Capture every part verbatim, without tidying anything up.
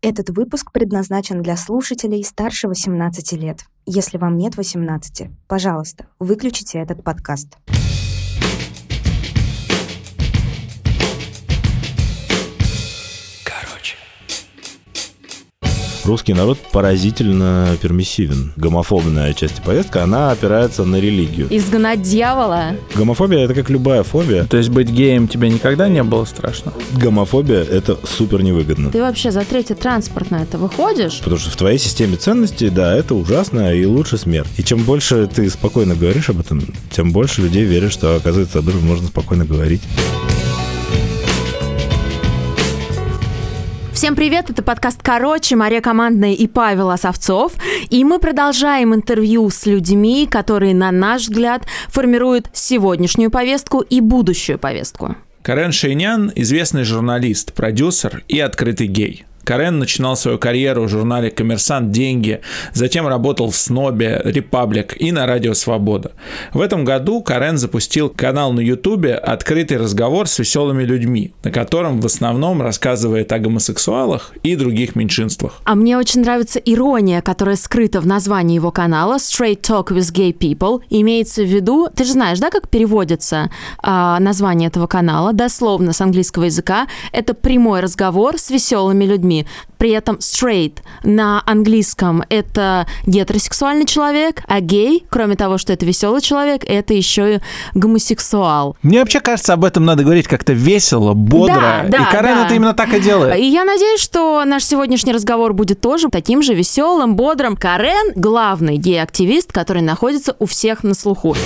Этот выпуск предназначен для слушателей старше восемнадцати лет. Если вам нет восемнадцати, пожалуйста, выключите этот подкаст. Русский народ поразительно пермиссивен. Гомофобная часть повестки, она опирается на религию. Изгнать дьявола. Гомофобия — это как любая фобия. То есть быть геем тебе никогда не было страшно? Гомофобия — это супер невыгодно. Ты вообще за третье транспортное это выходишь? Потому что в твоей системе ценностей, да, это ужасно и лучше смерть. И чем больше ты спокойно говоришь об этом, тем больше людей верят, что, оказывается, об этом можно спокойно говорить. Всем привет, это подкаст «Короче», Мария Командная и Павел Осовцов. И мы продолжаем интервью с людьми, которые, на наш взгляд, формируют сегодняшнюю повестку и будущую повестку. Карен Шейнян – известный журналист, продюсер и открытый гей. Карен начинал свою карьеру в журнале «Коммерсант. Деньги», затем работал в СНОБе, Репаблик и на Радио Свобода. В этом году Карен запустил канал на Ютубе «Открытый разговор с веселыми людьми», на котором в основном рассказывает о гомосексуалах и других меньшинствах. А мне очень нравится ирония, которая скрыта в названии его канала «Straight Talk with Gay People». Имеется в виду, ты же знаешь, да, как переводится а, название этого канала, дословно с английского языка, это прямой разговор с веселыми людьми. При этом straight на английском — это гетеросексуальный человек, а гей, кроме того, что это веселый человек, это еще и гомосексуал. Мне вообще кажется, об этом надо говорить как-то весело, бодро. Да, да, и Карен да. это именно так и делает. И я надеюсь, что наш сегодняшний разговор будет тоже таким же веселым, бодрым. Карен — главный гей-активист, который находится у всех на слуху.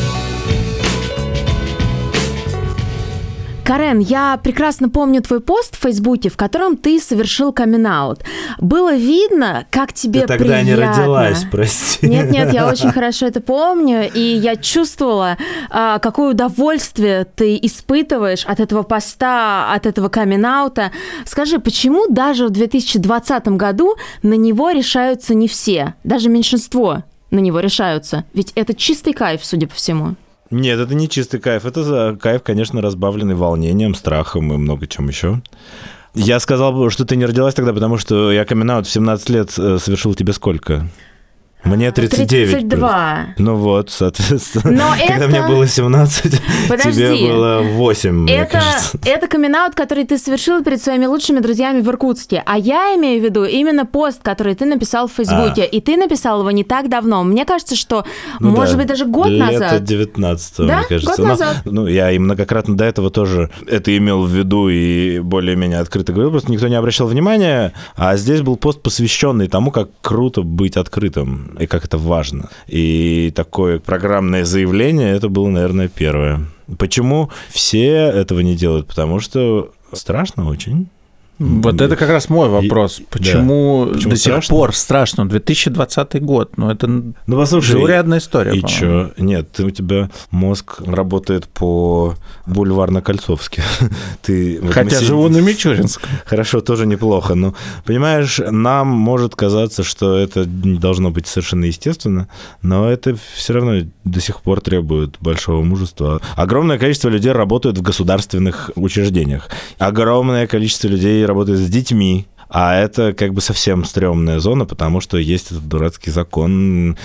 Карен, я прекрасно помню твой пост в Фейсбуке, в котором ты совершил камин-аут. Было видно, как тебе Ты тогда приятно. не родилась, прости. Нет-нет, я очень хорошо это помню, и я чувствовала, какое удовольствие ты испытываешь от этого поста, от этого камин-аута. Скажи, почему даже в две тысячи двадцатом году на него решаются не все, даже меньшинство на него решаются? Ведь это чистый кайф, судя по всему. Нет, это не чистый кайф. Это за кайф, конечно, разбавленный волнением, страхом и много чем еще. Я сказал, что ты не родилась тогда, потому что я камин-аут в семнадцать лет совершил. Тебе сколько? Мне тридцать девять. тридцать два. Ну вот, соответственно, Но когда это... мне было семнадцать, Подожди. тебе было восемь, мне это, кажется. Это камин-аут, который ты совершил перед своими лучшими друзьями в Иркутске. А я имею в виду именно пост, который ты написал в Фейсбуке. А. И ты написал его не так давно. Мне кажется, что, ну может да, быть, даже год лето назад. Лето девятнадцатого, да? мне кажется. Год Но, назад. Ну, я и многократно до этого тоже это имел в виду и более-менее открыто говорил. Просто никто не обращал внимания. А здесь был пост, посвященный тому, как круто быть открытым и как это важно. И такое программное заявление, это было, наверное, первое. Почему все этого не делают? Потому что страшно очень. Вот это как раз мой вопрос. И, почему, да. Почему до страшно? Сих пор страшно? две тысячи двадцатый год. Ну, это ну, заурядная история. И что? Нет, у тебя мозг работает по бульварно-кольцовски. Ты, вот Хотя мы живу на Мичуринском. Хорошо, тоже неплохо. Но, понимаешь, нам может казаться, что это должно быть совершенно естественно, но это все равно до сих пор требует большого мужества. Огромное количество людей работают в государственных учреждениях. Огромное количество людей работает с детьми, а это как бы совсем стрёмная зона, потому что есть этот дурацкий закон,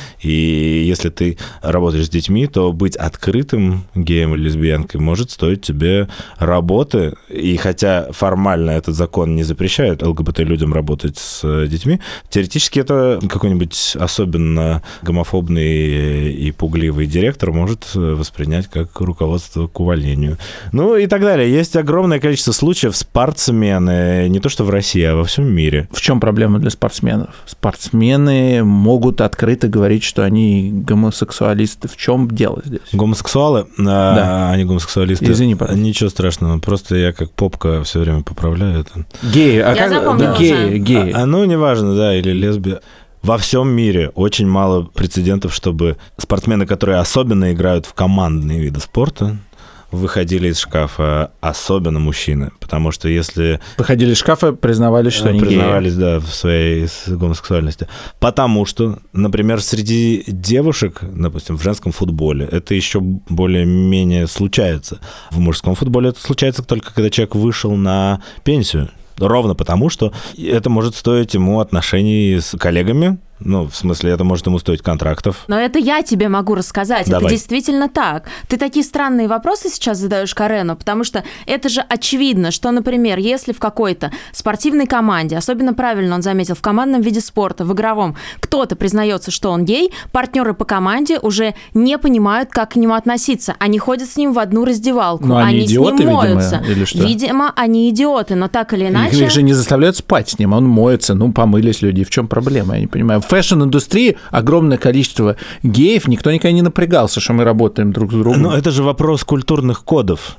и если ты работаешь с детьми, то быть открытым геем или лесбиянкой может стоить тебе работы, и хотя формально этот закон не запрещает ЛГБТ-людям работать с детьми, теоретически это какой-нибудь особенно гомофобный и пугливый директор может воспринять как руководство к увольнению. Ну и так далее. Есть огромное количество случаев спортсмены, не то что в России, а во всем мире. В чем проблема для спортсменов? Спортсмены могут открыто говорить, что они гомосексуалисты. В чем дело здесь? Гомосексуалы? Да. А, они гомосексуалисты. Извини, пожалуйста. Ничего страшного. Просто я как попка все время поправляю это. Геи. А я как... запомнила да. Геи, геи. А, ну, неважно, да, или лесби. Во всем мире очень мало прецедентов, чтобы спортсмены, которые особенно играют в командные виды спорта, выходили из шкафа, особенно мужчины, потому что если... Выходили из шкафа, признавались, что они Признавались, геи. Да, в своей гомосексуальности. Потому что, например, среди девушек, допустим, в женском футболе, это еще более-менее случается. В мужском футболе это случается только, когда человек вышел на пенсию. Ровно потому, что это может стоить ему отношений с коллегами. Ну, в смысле, это может ему стоить контрактов. Но это я тебе могу рассказать. Давай. Это действительно так. Ты такие странные вопросы сейчас задаешь Карену, потому что это же очевидно, что, например, если в какой-то спортивной команде, особенно правильно он заметил, в командном виде спорта, в игровом, кто-то признается, что он гей, партнеры по команде уже не понимают, как к нему относиться. Они ходят с ним в одну раздевалку, Но они они идиоты, с ним моются. видимо, или что? Видимо, они идиоты, но так или иначе... Их же не заставляют спать с ним, он моется, ну, помылись люди. В чем проблема, я не понимаю. В фэшн-индустрии огромное количество геев, никто никогда не напрягался, что мы работаем друг с другом. Ну, это же вопрос культурных кодов.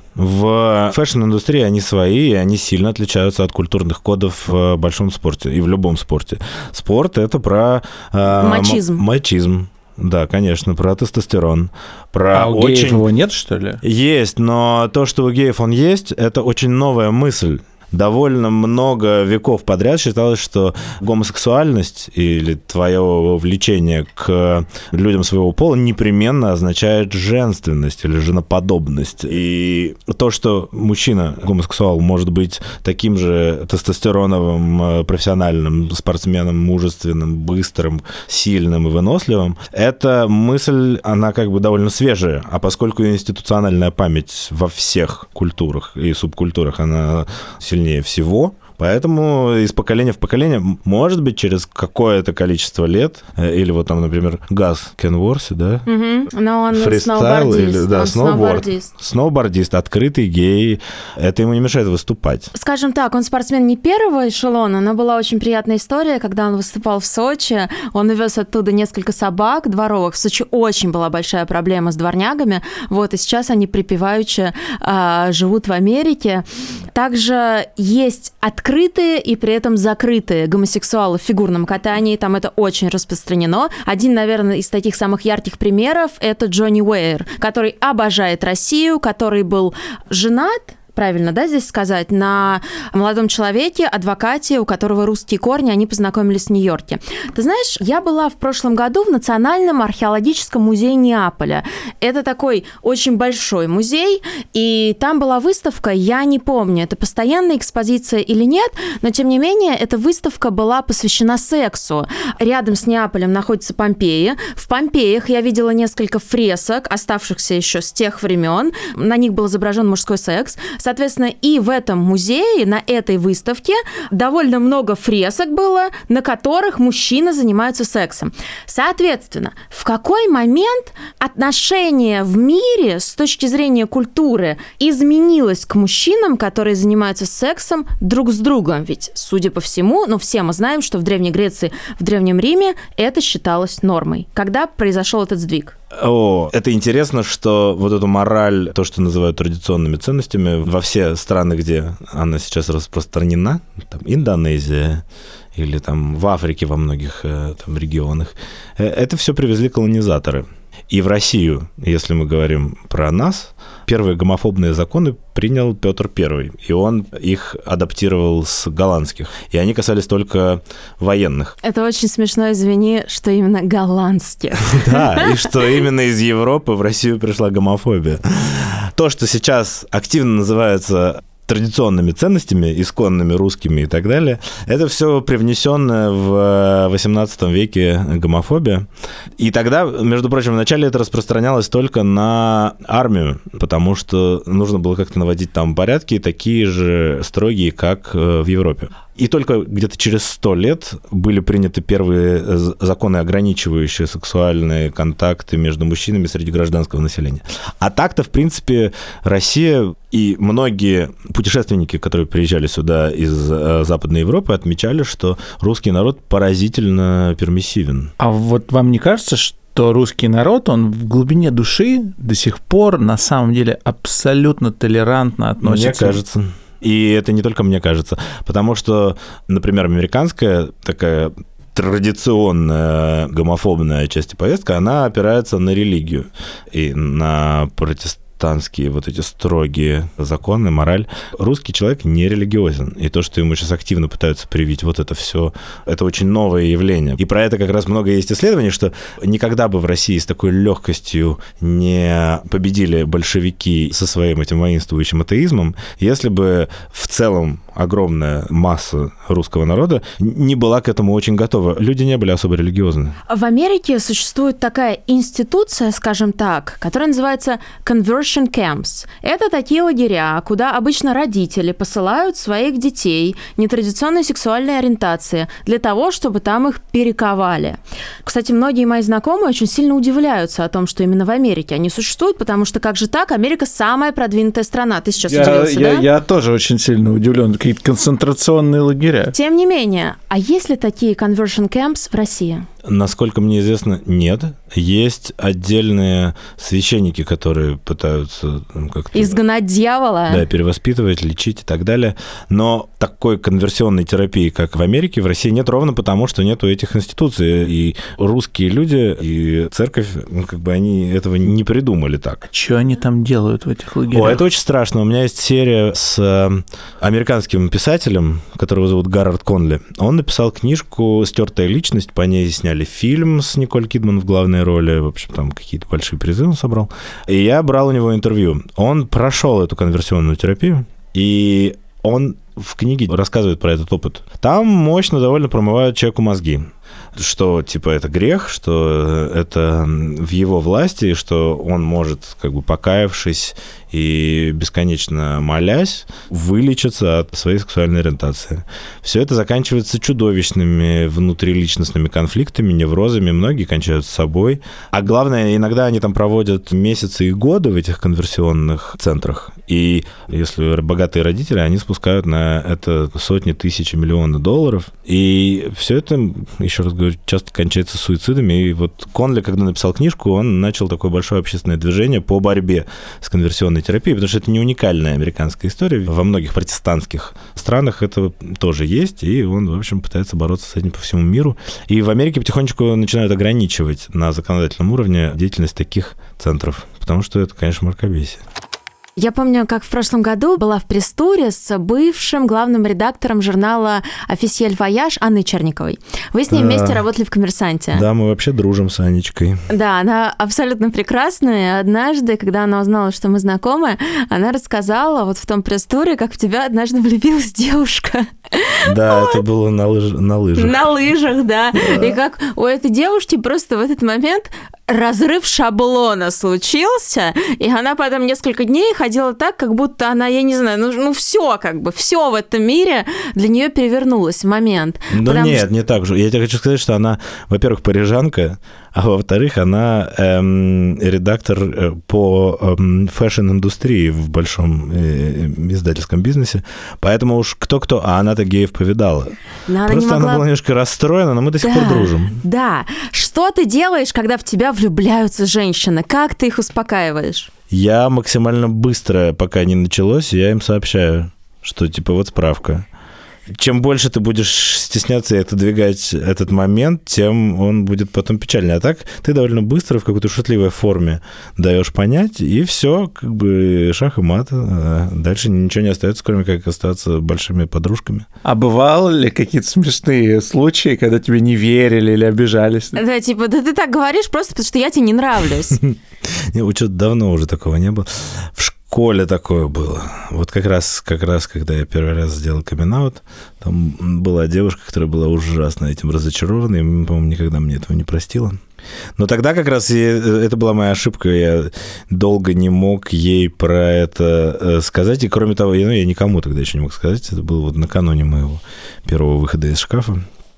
В фэшн-индустрии они свои, и они сильно отличаются от культурных кодов в большом спорте и в любом спорте. Спорт — это про... Э, Мачизм. м- мачизм. Да, конечно, про тестостерон. Про а у очень... геев его нет, что ли? Есть, но то, что у геев он есть, это очень новая мысль. Довольно много веков подряд считалось, что гомосексуальность или твое влечение к людям своего пола непременно означает женственность или женоподобность. И то, что мужчина, гомосексуал, может быть таким же тестостероновым профессиональным спортсменом, мужественным, быстрым, сильным и выносливым, эта мысль, она как бы довольно свежая. А поскольку институциональная память во всех культурах и субкультурах, она сильнее всего, поэтому из поколения в поколение, может быть, через какое-то количество лет, или вот там, например, Газ Кенворси, да? Угу. Но он Фристайл, сноубордист. или, да, он сноуборд. сноубордист. Сноубордист, открытый гей, это ему не мешает выступать. Скажем так, он спортсмен не первого эшелона, но была очень приятная история, когда он выступал в Сочи, он увез оттуда несколько собак дворовых. В Сочи очень была большая проблема с дворнягами, вот, и сейчас они припеваючи а, живут в Америке. Также есть открытые и при этом закрытые гомосексуалы в фигурном катании, там это очень распространено. Один, наверное, из таких самых ярких примеров – это Джонни Уэйр, который обожает Россию, который был женат, правильно, да, здесь сказать, на молодом человеке, адвокате, у которого русские корни, они познакомились в Нью-Йорке. Ты знаешь, я была в прошлом году в Национальном археологическом музее Неаполя. Это такой очень большой музей, и там была выставка, я не помню, это постоянная экспозиция или нет, но тем не менее, эта выставка была посвящена сексу. Рядом с Неаполем находится Помпеи. В Помпеях я видела несколько фресок, оставшихся еще с тех времен. На них был изображен мужской секс. Соответственно, и в этом музее, на этой выставке, довольно много фресок было, на которых мужчины занимаются сексом. Соответственно, в какой момент отношение в мире с точки зрения культуры изменилось к мужчинам, которые занимаются сексом друг с другом? Ведь, судя по всему, ну, все мы знаем, что в Древней Греции, в Древнем Риме это считалось нормой. Когда произошел этот сдвиг? О, это интересно, что вот эту мораль, то, что называют традиционными ценностями, во все страны, где она сейчас распространена, там Индонезия или там в Африке во многих там регионах, это все привезли колонизаторы. И в Россию, если мы говорим про нас, первые гомофобные законы принял Петр Первый, и он их адаптировал с голландских, и они касались только военных. Это очень смешно, извини, что именно голландских. Да, и что именно из Европы в Россию пришла гомофобия. То, что сейчас активно называется традиционными ценностями, исконными русскими и так далее, это все привнесенное в восемнадцатом веке гомофобия. И тогда, между прочим, вначале это распространялось только на армию, потому что нужно было как-то наводить там порядки, такие же строгие, как в Европе. И только где-то через сто лет были приняты первые законы, ограничивающие сексуальные контакты между мужчинами среди гражданского населения. А так-то, в принципе, Россия и многие путешественники, которые приезжали сюда из Западной Европы, отмечали, что русский народ поразительно пермиссивен. А вот вам не кажется, что то русский народ, он в глубине души до сих пор на самом деле абсолютно толерантно относится? Мне кажется. И это не только мне кажется, потому что, например, американская такая традиционная гомофобная часть повестки, она опирается на религию и на протест спартанские вот эти строгие законы, мораль. Русский человек не религиозен. И то, что ему сейчас активно пытаются привить вот это все, это очень новое явление. И про это как раз много есть исследований, что никогда бы в России с такой легкостью не победили большевики со своим этим воинствующим атеизмом, если бы в целом огромная масса русского народа не была к этому очень готова. Люди не были особо религиозны. В Америке существует такая институция, скажем так, которая называется conversion camps. Это такие лагеря, куда обычно родители посылают своих детей нетрадиционной сексуальной ориентации для того, чтобы там их перековали. Кстати, многие мои знакомые очень сильно удивляются о том, что именно в Америке они существуют, потому что как же так? Америка самая продвинутая страна. Ты сейчас я, удивился, я, да? Я тоже очень сильно удивлен. Какие-то концентрационные лагеря. Тем не менее, а есть ли такие conversion camps в России? Насколько мне известно, нет. Есть отдельные священники, которые пытаются как-то... Изгнать дьявола? Да, перевоспитывать, лечить и так далее. Но такой конверсионной терапии, как в Америке, в России нет ровно потому, что нету этих институций. И русские люди, и церковь, ну, как бы они этого не придумали так. Что они там делают в этих лагерях? О, это очень страшно. У меня есть серия с американским писателем, которого зовут Гаррард Конли. Он написал книжку «Стертая личность», по ней сняли фильм с Николь Кидман в главной роли, в общем, там какие-то большие призы он собрал. И я брал у него интервью. Он прошел эту конверсионную терапию, и он в книге рассказывает про этот опыт. Там мощно довольно промывают человеку мозги, что, типа, это грех, что это в его власти, что он может, как бы, покаявшись и бесконечно молясь, вылечиться от своей сексуальной ориентации. Все это заканчивается чудовищными внутриличностными конфликтами, неврозами, многие кончают с собой. А главное, иногда они там проводят месяцы и годы в этих конверсионных центрах, и если богатые родители, они спускают на это сотни тысяч, миллионы долларов, и все это, еще раз говорю, часто кончается суицидами. И вот Конли, когда написал книжку, он начал такое большое общественное движение по борьбе с конверсионной терапией, потому что это не уникальная американская история. Во многих протестантских странах это тоже есть, и он, в общем, пытается бороться с этим по всему миру. И в Америке потихонечку начинают ограничивать на законодательном уровне деятельность таких центров, потому что это, конечно, мракобесие. Я помню, как в прошлом году была в пресс-туре с бывшим главным редактором журнала «Официель Вояж» Анной Черниковой. Вы с ней Да. вместе работали в «Коммерсанте». Да, мы вообще дружим с Анечкой. Да, она абсолютно прекрасная. И однажды, когда она узнала, что мы знакомы, она рассказала вот в том пресс-туре, как в тебя однажды влюбилась девушка. Да, это было на, лыж... на лыжах. На лыжах, да. И как у этой девушки просто в этот момент разрыв шаблона случился, и она потом несколько дней ходила так, как будто она, я не знаю, ну, ну все как бы, все в этом мире для нее перевернулось в момент. Ну нет, что... не так же. Я тебе хочу сказать, что она, во-первых, парижанка, а во-вторых, она эм, редактор по эм, фэшн-индустрии в большом э, издательском бизнесе, поэтому уж кто-кто, а она-то геев повидала. Но Просто она, она могла... была немножко расстроена, но мы до сих да, пор дружим. Да. Что ты делаешь, когда в тебя влюбляются женщины? Как ты их успокаиваешь? Я максимально быстро, пока не началось, я им сообщаю, что типа вот справка. Чем больше ты будешь стесняться и отодвигать этот момент, тем он будет потом печальный. А так ты довольно быстро в какой-то шутливой форме даешь понять, и все, как бы шах и мат. А дальше ничего не остается, кроме как остаться большими подружками. А бывало ли какие-то смешные случаи, когда тебе не верили или обижались? Да, типа, да ты так говоришь просто потому, что я тебе не нравлюсь. Вот что-то давно уже такого не было. В школе такое было. Вот как раз, как раз, когда я первый раз сделал камин-аут, там была девушка, которая была ужасно этим разочарована, и, по-моему, никогда мне этого не простила. Но тогда как раз я, это была моя ошибка, я долго не мог ей про это сказать, и кроме того, я, ну, я никому тогда еще не мог сказать, это было вот накануне моего первого выхода из шкафа.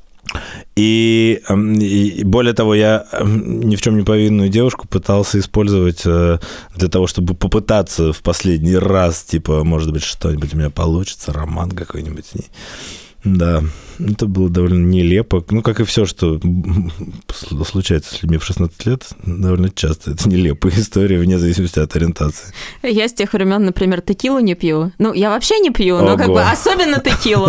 И, и более того, я ни в чем не повинную девушку пытался использовать для того, чтобы попытаться в последний раз, типа, может быть, что-нибудь у меня получится, роман какой-нибудь с ней. Да, это было довольно нелепо. Ну, как и все, что случается с людьми в шестнадцать лет, довольно часто это нелепая история, вне зависимости от ориентации. Я с тех времен, например, текилу не пью. Ну, я вообще не пью, но как бы особенно текилу.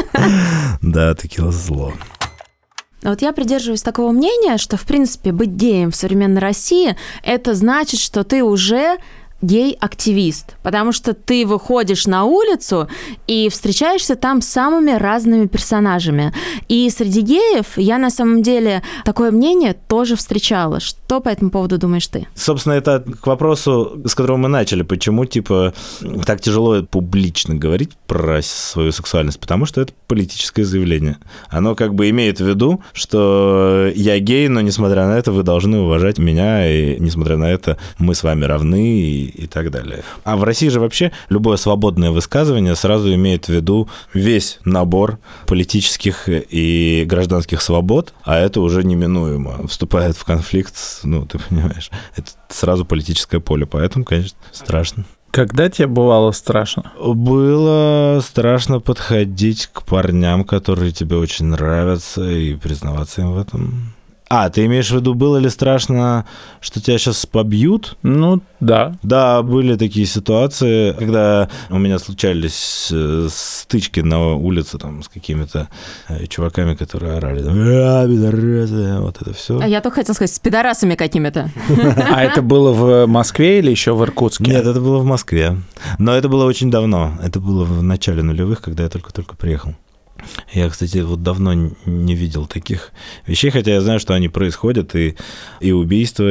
Да, текила зло. Вот я придерживаюсь такого мнения, что, в принципе, быть геем в современной России – это значит, что ты уже гей-активист, потому что ты выходишь на улицу и встречаешься там с самыми разными персонажами. И среди геев я на самом деле такое мнение тоже встречала. Что по этому поводу думаешь ты? Собственно, это к вопросу, с которого мы начали. Почему, типа, так тяжело публично говорить про свою сексуальность? Потому что это политическое заявление. Оно как бы имеет в виду, что я гей, но несмотря на это вы должны уважать меня, и несмотря на это мы с вами равны, и, и так далее. А в России же вообще любое свободное высказывание сразу имеет в виду весь набор политических и гражданских свобод, а это уже неминуемо вступает в конфликт, ну, ты понимаешь, это сразу политическое поле, поэтому, конечно, страшно. Когда тебе бывало страшно? Было страшно подходить к парням, которые тебе очень нравятся, и признаваться им в этом. А, ты имеешь в виду, было ли страшно, что тебя сейчас побьют? Ну, да. Да, были такие ситуации, когда у меня случались стычки на улице там с какими-то чуваками, которые орали, а, пидорасы, вот это все. А я только хотела сказать, с пидорасами какими-то. А это было в Москве или еще в Иркутске? Нет, это было в Москве. Но это было очень давно. Это было в начале нулевых, когда я только-только приехал. Я, кстати, вот давно не видел таких вещей, хотя я знаю, что они происходят, и, и убийства,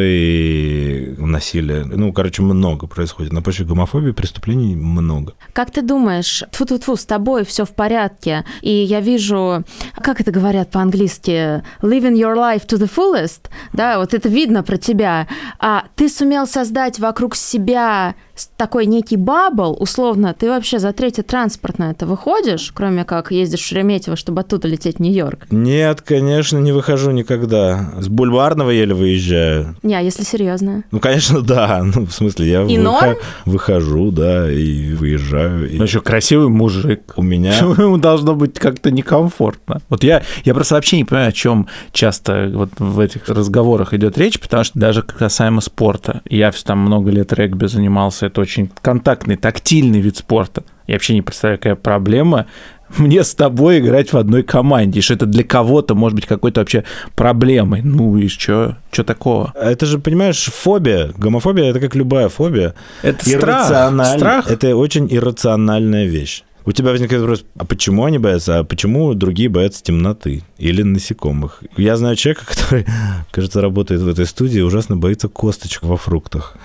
и насилие. Ну, короче, много происходит. На почве гомофобии преступлений много. Как ты думаешь, тьфу-тьфу-тьфу, с тобой все в порядке, и я вижу, как это говорят по-английски, living your life to the fullest, да, вот это видно про тебя, а ты сумел создать вокруг себя такой некий бабл, условно, ты вообще за третий транспорт на это выходишь, кроме как ездишь в Шереметьево, чтобы оттуда лететь в Нью-Йорк? Нет, конечно, не выхожу никогда. С Бульварного еле выезжаю. Не, а если серьезно? Ну, конечно, да. Ну, в смысле, я и выхожу, выхожу, да, и выезжаю. И... Ну, еще красивый мужик. У меня... Ему должно быть как-то некомфортно. Вот я, я просто вообще не понимаю, о чем часто вот в этих разговорах идет речь, потому что даже касаемо спорта. Я там много лет регби занимался, это очень контактный, тактильный вид спорта. Я вообще не представляю, какая проблема мне с тобой играть в одной команде, и что это для кого-то может быть какой-то вообще проблемой. Ну и что? Что такого? Это же, понимаешь, фобия. Гомофобия — это как любая фобия. Это страх. страх. Это очень иррациональная вещь. У тебя возникает вопрос, а почему они боятся, а почему другие боятся темноты или насекомых? Я знаю человека, который, кажется, работает в этой студии, ужасно боится косточек во фруктах.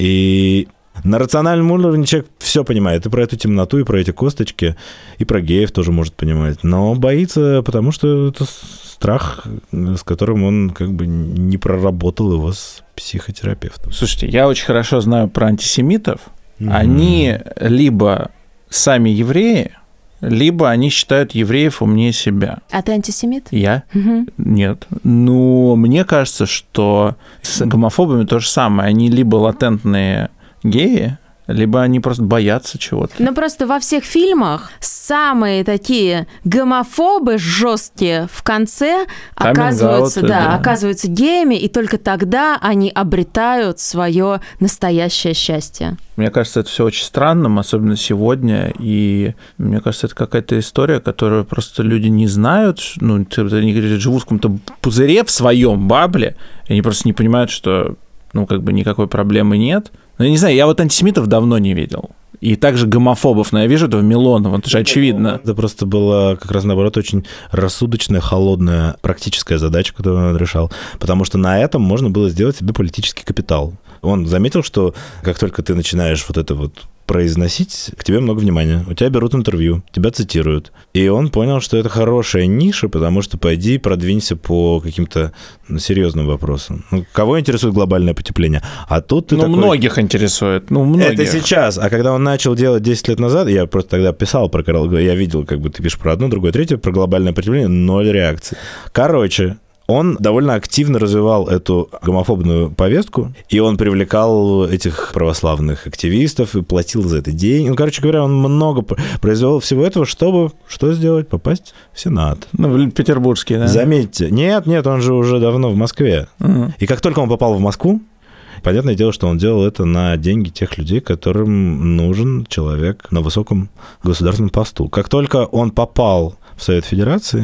И на рациональном уровне человек все понимает, и про эту темноту, и про эти косточки, и про геев тоже может понимать, но боится, потому что это страх, с которым он как бы не проработал его с психотерапевтом. Слушайте, я очень хорошо знаю про антисемитов. Mm-hmm. Они либо сами евреи, либо они считают евреев умнее себя. А ты антисемит? Я? Угу. Нет. Но мне кажется, что с гомофобами то же самое. Они либо латентные геи, либо они просто боятся чего-то. Ну, просто во всех фильмах самые такие гомофобы жесткие в конце оказываются, да, да. оказываются геями, и только тогда они обретают свое настоящее счастье. Мне кажется, это все очень странным, особенно сегодня, и мне кажется, это какая-то история, которую просто люди не знают, ну, они живут в каком-то пузыре в своем бабле, и они просто не понимают, что, ну, как бы никакой проблемы нет. Ну, я не знаю, я вот антисемитов давно не видел. И также гомофобов, но я вижу это в Милоново, это же очевидно. Это просто была как раз, наоборот, очень рассудочная, холодная, практическая задача, которую он решал, потому что на этом можно было сделать себе политический капитал. Он заметил, что как только ты начинаешь вот это вот произносить, к тебе много внимания. У тебя берут интервью, тебя цитируют. И он понял, что это хорошая ниша, потому что пойди продвинься по каким-то ну, серьезным вопросам. Ну, кого интересует глобальное потепление? А тут ты Ну, такой... многих интересует. Ну, многих. Это сейчас. А когда он начал делать десять лет назад, я просто тогда писал про Карл, я видел, как бы ты пишешь про одно, другое, третье, про глобальное потепление, ноль реакций. Короче, он довольно активно развивал эту гомофобную повестку, и он привлекал этих православных активистов и платил за это деньги. Ну, короче говоря, он много произвел всего этого, чтобы что сделать? Попасть в Сенат. Ну, в Петербургский, да? Заметьте. Нет, нет, он же уже давно в Москве. Угу. И как только он попал в Москву, понятное дело, что он делал это на деньги тех людей, которым нужен человек на высоком государственном посту. Как только он попал в Совет Федерации,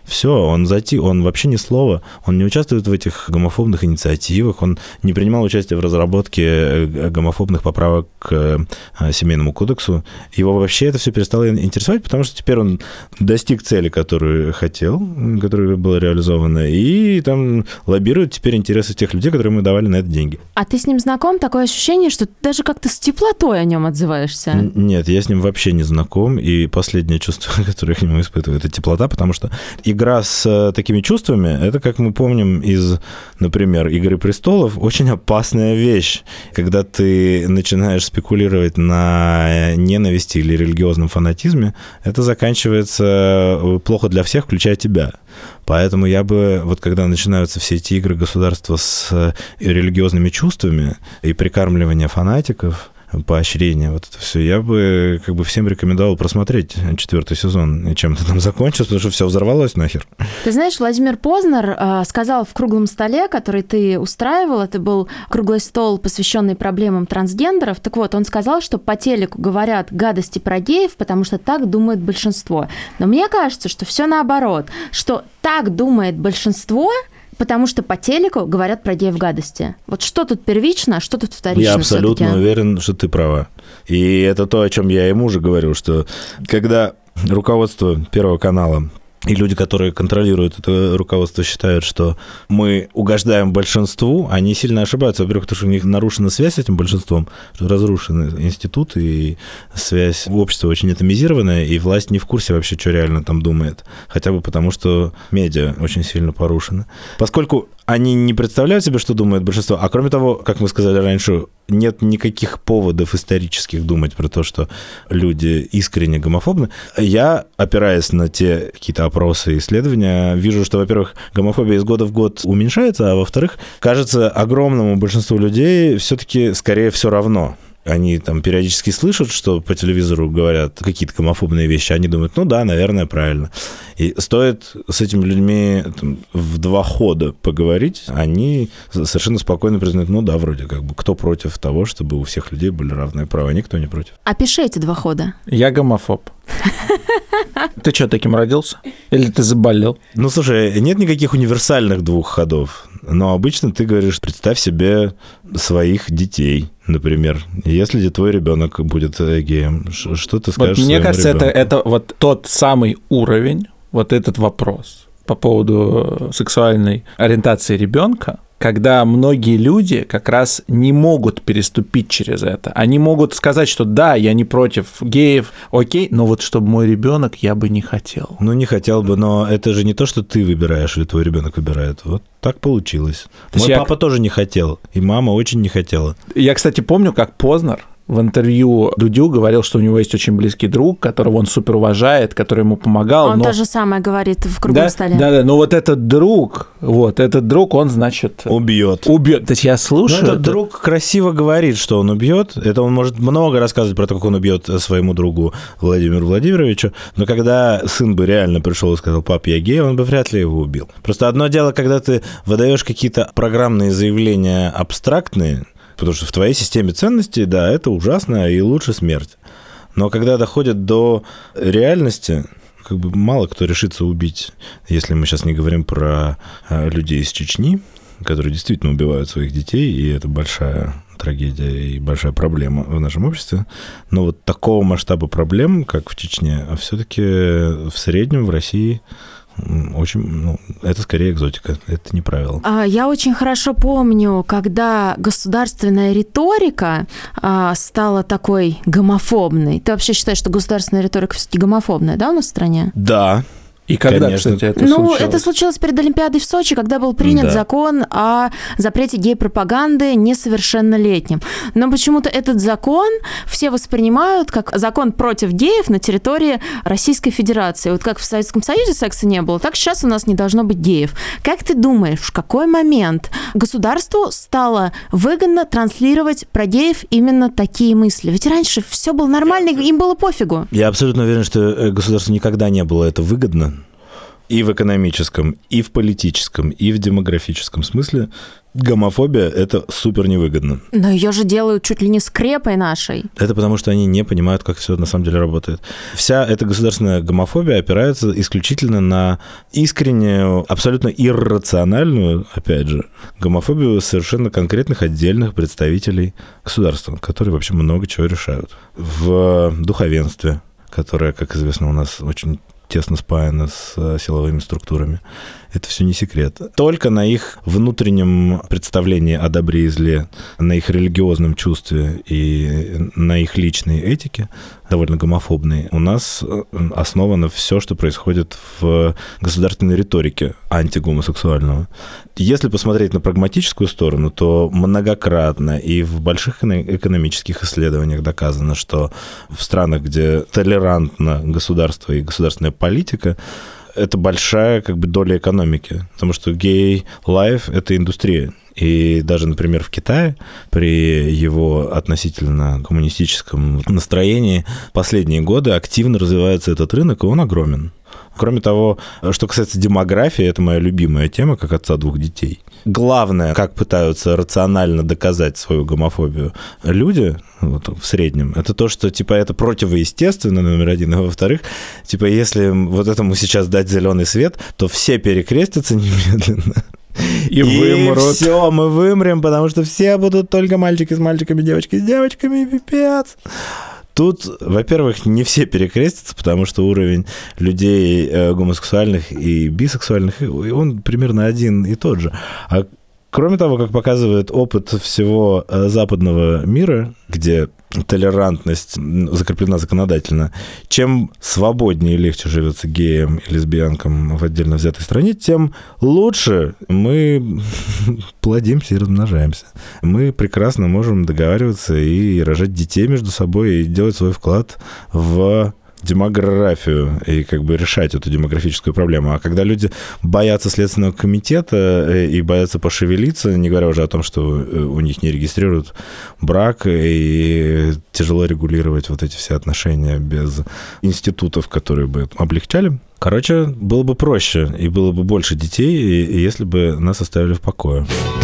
Все, он затих, он вообще ни слова, он не участвует в этих гомофобных инициативах, он не принимал участие в разработке гомофобных поправок к Семейному кодексу. Его вообще это все перестало интересовать, потому что теперь он достиг цели, которую хотел, которая была реализована, и там лоббирует теперь интересы тех людей, которые ему давали на это деньги. А ты с ним знаком? Такое ощущение, что ты даже как-то с теплотой о нем отзываешься. Н- нет, я с ним вообще не знаком, и последнее чувство, которое я к нему испытываю, это теплота, потому что игра с такими чувствами, это, как мы помним из, например, «Игры престолов», очень опасная вещь, когда ты начинаешь спекулировать на ненависти или религиозном фанатизме, это заканчивается плохо для всех, включая тебя. Поэтому я бы, вот когда начинаются все эти игры государства с религиозными чувствами и прикармливание фанатиков, поощрение, вот это все, я бы как бы всем рекомендовал просмотреть четвертый сезон, и чем это там закончилось, потому что все взорвалось нахер. Ты знаешь, Владимир Познер э, сказал в круглом столе, который ты устраивал, это был круглый стол, посвященный проблемам трансгендеров, так вот, он сказал, что по телеку говорят гадости про геев, потому что так думает большинство. Но мне кажется, что все наоборот, что так думает большинство, потому что по телеку говорят про геев гадости. Вот что тут первично, а что тут вторично? Я абсолютно всё-таки? уверен, что ты права. И это то, о чем я ему уже говорю, что когда руководство Первого канала и люди, которые контролируют это руководство, считают, что мы угождаем большинству, они сильно ошибаются. Во-первых, потому что у них нарушена связь с этим большинством, что разрушены институты, и связь общества очень атомизированная, и власть не в курсе вообще, что реально там думает. Хотя бы потому, что медиа очень сильно порушены. Поскольку они не представляют себе, что думает большинство, а кроме того, как мы сказали раньше, нет никаких поводов исторических думать про то, что люди искренне гомофобны. Я, опираясь на те какие-то опросы и исследования, вижу, что, во-первых, гомофобия из года в год уменьшается, а во-вторых, кажется, огромному большинству людей все-таки скорее все равно. Они там периодически слышат, что по телевизору говорят какие-то гомофобные вещи, они думают, ну да, наверное, правильно. И стоит с этими людьми там, в два хода поговорить, они совершенно спокойно признают, ну да, вроде как бы, кто против того, чтобы у всех людей были равные права, никто не против. Опиши эти два хода. Я гомофоб. Ты что, таким родился? Или ты заболел? Ну, слушай, нет никаких универсальных двух ходов, но обычно ты говоришь, представь себе своих детей, например. Если твой ребенок будет геем, что ты скажешь вот мне кажется, это, ребенку? это вот тот самый уровень, вот этот вопрос по поводу сексуальной ориентации ребенка, когда многие люди как раз не могут переступить через это. Они могут сказать, что да, я не против геев, окей, но вот чтобы мой ребенок, я бы не хотел. Ну, не хотел бы, но это же не то, что ты выбираешь или твой ребенок выбирает. Вот так получилось. То Мой я... папа тоже не хотел, и мама очень не хотела. Я, кстати, помню, как Познер в интервью Дудю говорил, что у него есть очень близкий друг, которого он супер уважает, который ему помогал. Он но... то же самое говорит в круглом да? столе. Да, да, но вот этот друг, вот этот друг, он, значит... Убьет. Убьет. То есть я слушаю... Но этот это... друг красиво говорит, что он убьет. Это он может много рассказывать про то, как он убьет своему другу Владимиру Владимировичу. Но когда сын бы реально пришел и сказал, пап, я гей, он бы вряд ли его убил. Просто одно дело, когда ты выдаешь какие-то программные заявления абстрактные, потому что в твоей системе ценностей, да, это ужасно и лучше смерть. Но когда доходит до реальности, как бы мало кто решится убить, если мы сейчас не говорим про людей из Чечни, которые действительно убивают своих детей, и это большая трагедия и большая проблема в нашем обществе. Но вот такого масштаба проблем, как в Чечне, а все-таки в среднем в России... Очень, ну, это скорее экзотика, это не правило. Я очень хорошо помню, когда государственная риторика стала такой гомофобной. Ты вообще считаешь, что государственная риторика все-таки гомофобная, да, у нас в стране? Да. И когда, Конечно. кстати, это ну, случилось? это случилось перед Олимпиадой в Сочи, когда был принят Да. закон о запрете гей-пропаганды несовершеннолетним. Но почему-то этот закон все воспринимают как закон против геев на территории Российской Федерации. Вот как в Советском Союзе секса не было, так сейчас у нас не должно быть геев. Как ты думаешь, в какой момент государству стало выгодно транслировать про геев именно такие мысли? Ведь раньше все было нормально, им было пофигу. Я абсолютно уверен, что государству никогда не было это выгодно. И в экономическом, и в политическом, и в демографическом смысле гомофобия – это супер невыгодно. Но ее же делают чуть ли не скрепой нашей. Это потому, что они не понимают, как все на самом деле работает. Вся эта государственная гомофобия опирается исключительно на искреннюю, абсолютно иррациональную, опять же, гомофобию совершенно конкретных отдельных представителей государства, которые вообще много чего решают. В духовенстве, которое, как известно, у нас очень тесно спаяно с силовыми структурами. Это все не секрет. Только на их внутреннем представлении о добре и зле, на их религиозном чувстве и на их личной этике, довольно гомофобной, у нас основано все, что происходит в государственной риторике антигомосексуального. Если посмотреть на прагматическую сторону, то многократно и в больших экономических исследованиях доказано, что в странах, где толерантно государство и государственная политика, это большая как бы доля экономики, потому что гей-лайф – это индустрия. И даже, например, в Китае при его относительно коммунистическом настроении последние годы активно развивается этот рынок, и он огромен. Кроме того, что касается демографии, это моя любимая тема, как отца двух детей. Главное, как пытаются рационально доказать свою гомофобию люди вот, в среднем, это то, что типа это противоестественно, номер один, а во-вторых, типа если вот этому сейчас дать зеленый свет, то все перекрестятся немедленно. И, и вымрут. Все, мы вымрем, потому что все будут только мальчики с мальчиками, девочки с девочками, пипец. Тут, во-первых, не все перекрестятся, потому что уровень людей э, гомосексуальных и бисексуальных, он примерно один и тот же. А кроме того, как показывает опыт всего э, западного мира, где толерантность закреплена законодательно, чем свободнее и легче живется геям и лесбиянкам в отдельно взятой стране, тем лучше мы плодимся и размножаемся. Мы прекрасно можем договариваться и рожать детей между собой, и делать свой вклад в демографию и как бы решать эту демографическую проблему. А когда люди боятся Следственного комитета и боятся пошевелиться, не говоря уже о том, что у них не регистрируют брак, и тяжело регулировать вот эти все отношения без институтов, которые бы облегчали. Короче, было бы проще и было бы больше детей, если бы нас оставили в покое.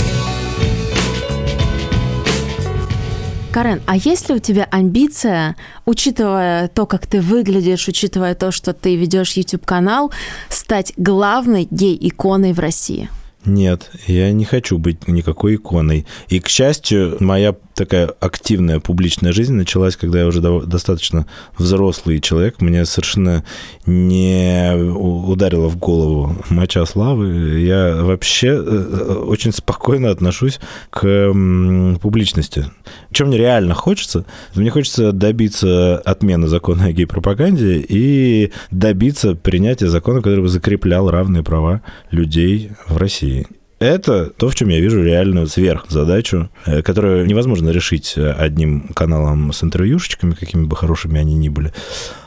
Карен, а есть ли у тебя амбиция, учитывая то, как ты выглядишь, учитывая то, что ты ведешь YouTube-канал, стать главной гей-иконой в России? Нет, я не хочу быть никакой иконой. И, к счастью, моя такая активная публичная жизнь началась, когда я уже достаточно взрослый человек. Мне совершенно не ударило в голову моча славы. Я вообще очень спокойно отношусь к публичности. Чем мне реально хочется? Мне хочется добиться отмены закона о гей-пропаганде и добиться принятия закона, который бы закреплял равные права людей в России. Это то, в чем я вижу реальную сверхзадачу, которую невозможно решить одним каналом с интервьюшечками, какими бы хорошими они ни были.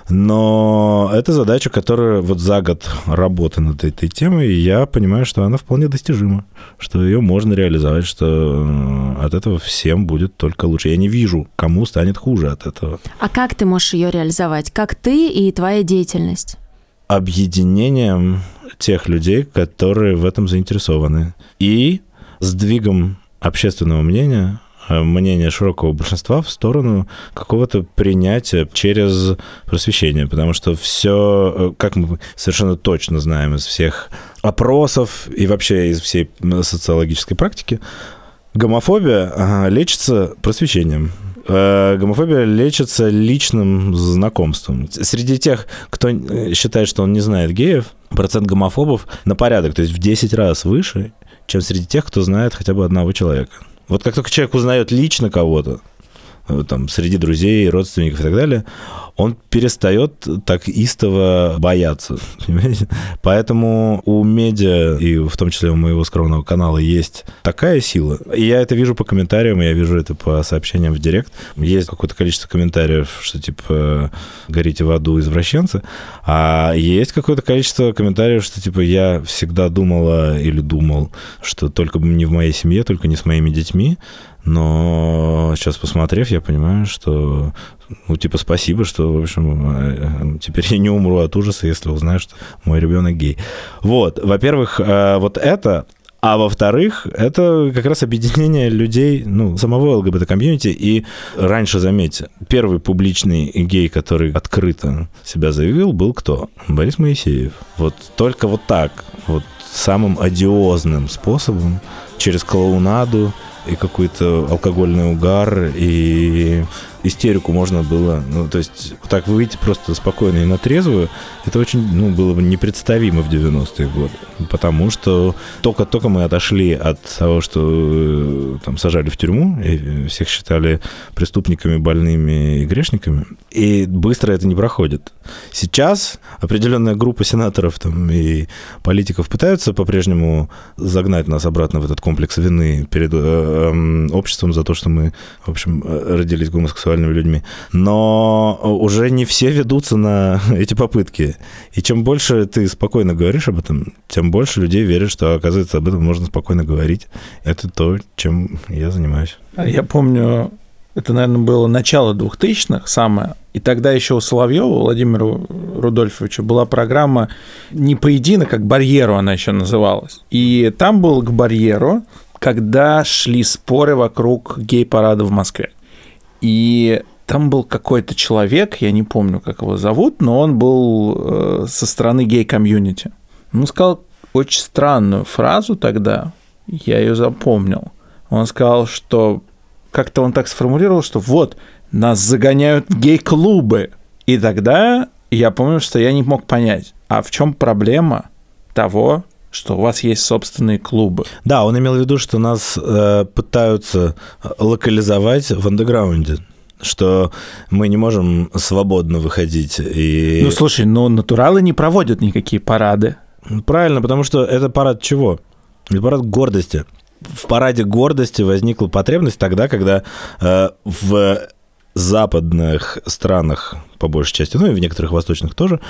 Но это задача, которая вот за год работы над этой темой, я понимаю, что она вполне достижима, что ее можно реализовать, что от этого всем будет только лучше. Я не вижу, кому станет хуже от этого. А как ты можешь ее реализовать? Как ты и твоя деятельность? Объединением тех людей, которые в этом заинтересованы, и сдвигом общественного мнения, мнения широкого большинства в сторону какого-то принятия через просвещение, потому что все, как мы совершенно точно знаем из всех опросов и вообще из всей социологической практики, гомофобия лечится просвещением. Гомофобия лечится личным знакомством. Среди тех, кто считает, что он не знает геев, процент гомофобов на порядок, то есть в десять раз выше, чем среди тех, кто знает хотя бы одного человека. Вот как только человек узнает лично кого-то, там, среди друзей, родственников и так далее, он перестает так истово бояться, понимаете? Поэтому у медиа, и в том числе у моего скромного канала, есть такая сила. И я это вижу по комментариям, я вижу это по сообщениям в директ. Есть какое-то количество комментариев, что типа «горите в аду, извращенцы», а есть какое-то количество комментариев, что типа «я всегда думала или думал, что только не в моей семье, только не с моими детьми». Но сейчас, посмотрев, я понимаю, что, ну, типа, спасибо, что, в общем, теперь я не умру от ужаса, если узнаю, что мой ребенок гей. Вот, во-первых, вот это... А во-вторых, это как раз объединение людей, ну, самого ЛГБТ-комьюнити. И раньше, заметьте, первый публичный гей, который открыто себя заявил, был кто? Борис Моисеев. Вот только вот так, вот самым одиозным способом, через клоунаду и какой-то алкогольный угар, и истерику можно было, ну, то есть вот так выйти просто спокойно и на трезвую, это очень, ну, было бы непредставимо в девяностые годы, потому что только-только мы отошли от того, что там сажали в тюрьму, и всех считали преступниками, больными и грешниками, и быстро это не проходит. Сейчас определенная группа сенаторов там, и политиков пытаются по-прежнему загнать нас обратно в этот комплекс вины перед э, э, обществом за то, что мы, в общем, родились гомосексуальными людьми, но уже не все ведутся на эти попытки. И чем больше ты спокойно говоришь об этом, тем больше людей верят, что, оказывается, об этом можно спокойно говорить. Это то, чем я занимаюсь. Я помню, это, наверное, было начало двухтысячных самое, и тогда еще у Соловьева, Владимира Рудольфовича, была программа «Не поединок, а к барьеру» она еще называлась. И там был к барьеру, когда шли споры вокруг гей-парада в Москве. И там был какой-то человек, я не помню, как его зовут, но он был э, со стороны гей-комьюнити. Он сказал очень странную фразу тогда, я ее запомнил. Он сказал, что как-то он так сформулировал, что вот, нас загоняют в гей-клубы. И тогда я помню, что я не мог понять, а в чем проблема того, что у вас есть собственные клубы. Да, он имел в виду, что нас э, пытаются локализовать в андеграунде, что мы не можем свободно выходить. И... Ну, слушай, ну, натуралы не проводят никакие парады. Правильно, потому что это парад чего? Это парад гордости. В параде гордости возникла потребность тогда, когда э, в западных странах, по большей части, ну и в некоторых восточных тоже,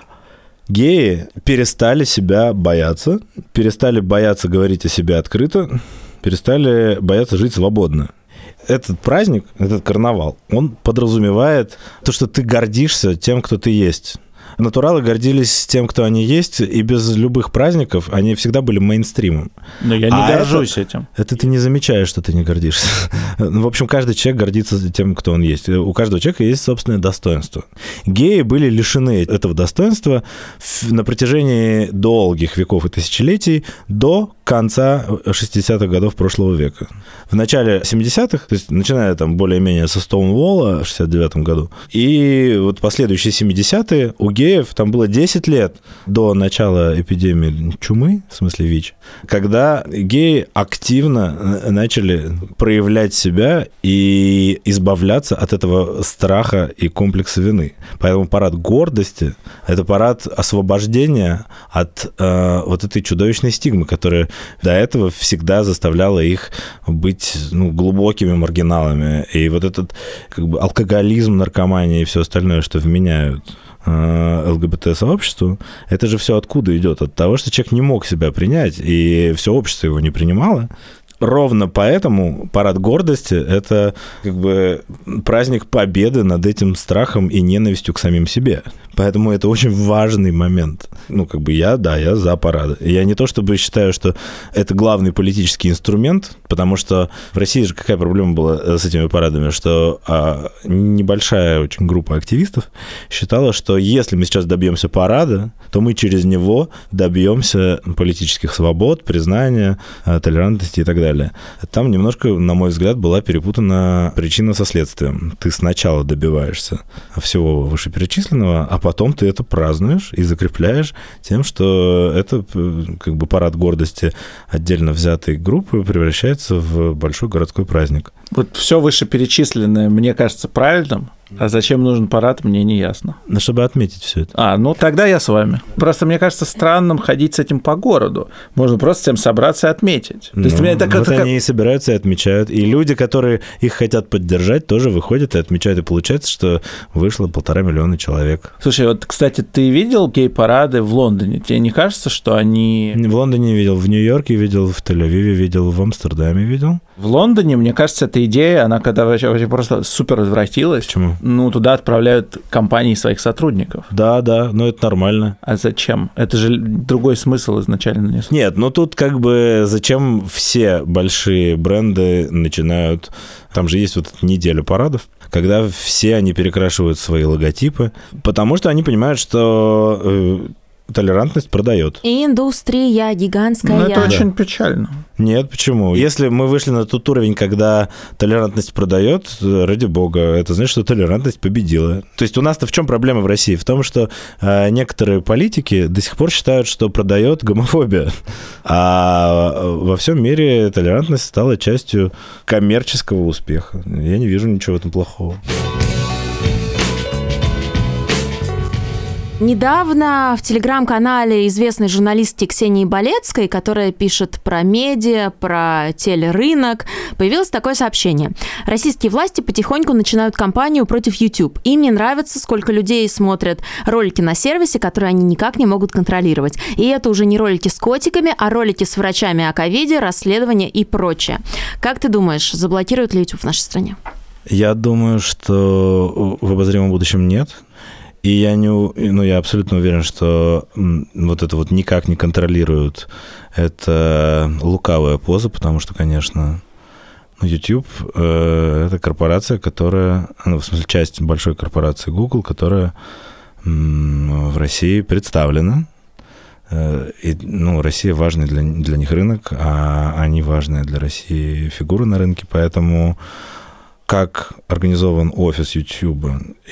геи перестали себя бояться, перестали бояться говорить о себе открыто, перестали бояться жить свободно. Этот праздник, этот карнавал, он подразумевает то, что ты гордишься тем, кто ты есть. Натуралы гордились тем, кто они есть, и без любых праздников они всегда были мейнстримом. Но я не а горжусь это, этим. Это ты не замечаешь, что ты не гордишься. В общем, каждый человек гордится тем, кто он есть. У каждого человека есть собственное достоинство. Геи были лишены этого достоинства на протяжении долгих веков и тысячелетий до конца шестидесятых годов прошлого века. В начале семидесятых, то есть начиная там более-менее со Стоунволла в шестьдесят девятом году, и вот последующие семидесятые у геев там было десять лет до начала эпидемии чумы, в смысле ВИЧ, когда геи активно начали проявлять себя и избавляться от этого страха и комплекса вины. Поэтому парад гордости – это парад освобождения от э, вот этой чудовищной стигмы, которая до этого всегда заставляла их быть, ну, глубокими маргиналами. И вот этот как бы алкоголизм, наркомания и все остальное, что вменяют ЛГБТ-сообществу, это же все откуда идет? От того, что человек не мог себя принять, и все общество его не принимало. Ровно поэтому парад гордости – это как бы праздник победы над этим страхом и ненавистью к самим себе. Поэтому это очень важный момент. Ну, как бы я, да, я за парады. Я не то чтобы считаю, что это главный политический инструмент, потому что в России же какая проблема была с этими парадами, что а, небольшая очень группа активистов считала, что если мы сейчас добьемся парада, то мы через него добьемся политических свобод, признания, толерантности и так далее. Там немножко, на мой взгляд, была перепутана причина со следствием. Ты сначала добиваешься всего вышеперечисленного, а потом ты это празднуешь и закрепляешь тем, что это как бы парад гордости отдельно взятой группы превращается в большой городской праздник. Вот все вышеперечисленное мне кажется правильным, А зачем нужен парад, мне не ясно. Ну, чтобы отметить все это. А, ну тогда я с вами. Просто мне кажется странным ходить с этим по городу. Можно просто всем собраться и отметить. То есть ну, мне это вот как... они и собираются и отмечают. И люди, которые их хотят поддержать, тоже выходят и отмечают. И получается, что вышло полтора миллиона человек. Слушай, вот, кстати, ты видел гей-парады в Лондоне? Тебе не кажется, что они... В Лондоне видел, в Нью-Йорке видел, в Тель-Авиве видел, в Амстердаме видел. В Лондоне, мне кажется, эта идея, она когда вообще, вообще просто супер извратилась. Почему? Ну, туда отправляют компании своих сотрудников. Да, да, но это нормально. А зачем? Это же другой смысл изначально нес. Нет, ну тут как бы зачем все большие бренды начинают... Там же есть вот неделя парадов, когда все они перекрашивают свои логотипы, потому что они понимают, что э, толерантность продает. Индустрия гигантская. Ну, это очень печально. Нет, почему? Если мы вышли на тот уровень, когда толерантность продает, ради бога, это значит, что толерантность победила. То есть у нас-то в чем проблема в России? В том, что э, некоторые политики до сих пор считают, что продает гомофобия. А во всем мире толерантность стала частью коммерческого успеха. Я не вижу ничего в этом плохого. Недавно в телеграм-канале известной журналистки Ксении Болецкой, которая пишет про медиа, про телерынок, появилось такое сообщение. Российские власти потихоньку начинают кампанию против YouTube. Им не нравится, сколько людей смотрят ролики на сервисе, которые они никак не могут контролировать. И это уже не ролики с котиками, а ролики с врачами о ковиде, расследования и прочее. Как ты думаешь, заблокируют ли YouTube в нашей стране? Я думаю, что в обозримом будущем нет. И я, не, ну, я абсолютно уверен, что вот это вот никак не контролируют. Это лукавая поза, потому что, конечно, ну, YouTube э, – это корпорация, которая, ну, в смысле, часть большой корпорации Google, которая м, в России представлена. Э, и, ну, Россия важный для, для них рынок, а они важная для России фигура на рынке, поэтому... как организован офис YouTube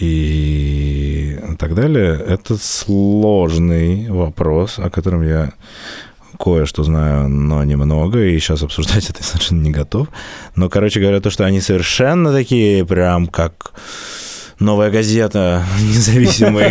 и так далее, это сложный вопрос, о котором я кое-что знаю, но немного, и сейчас обсуждать это совершенно не готов. Но, короче говоря, то, что они совершенно такие, прям как... Новая газета, независимые,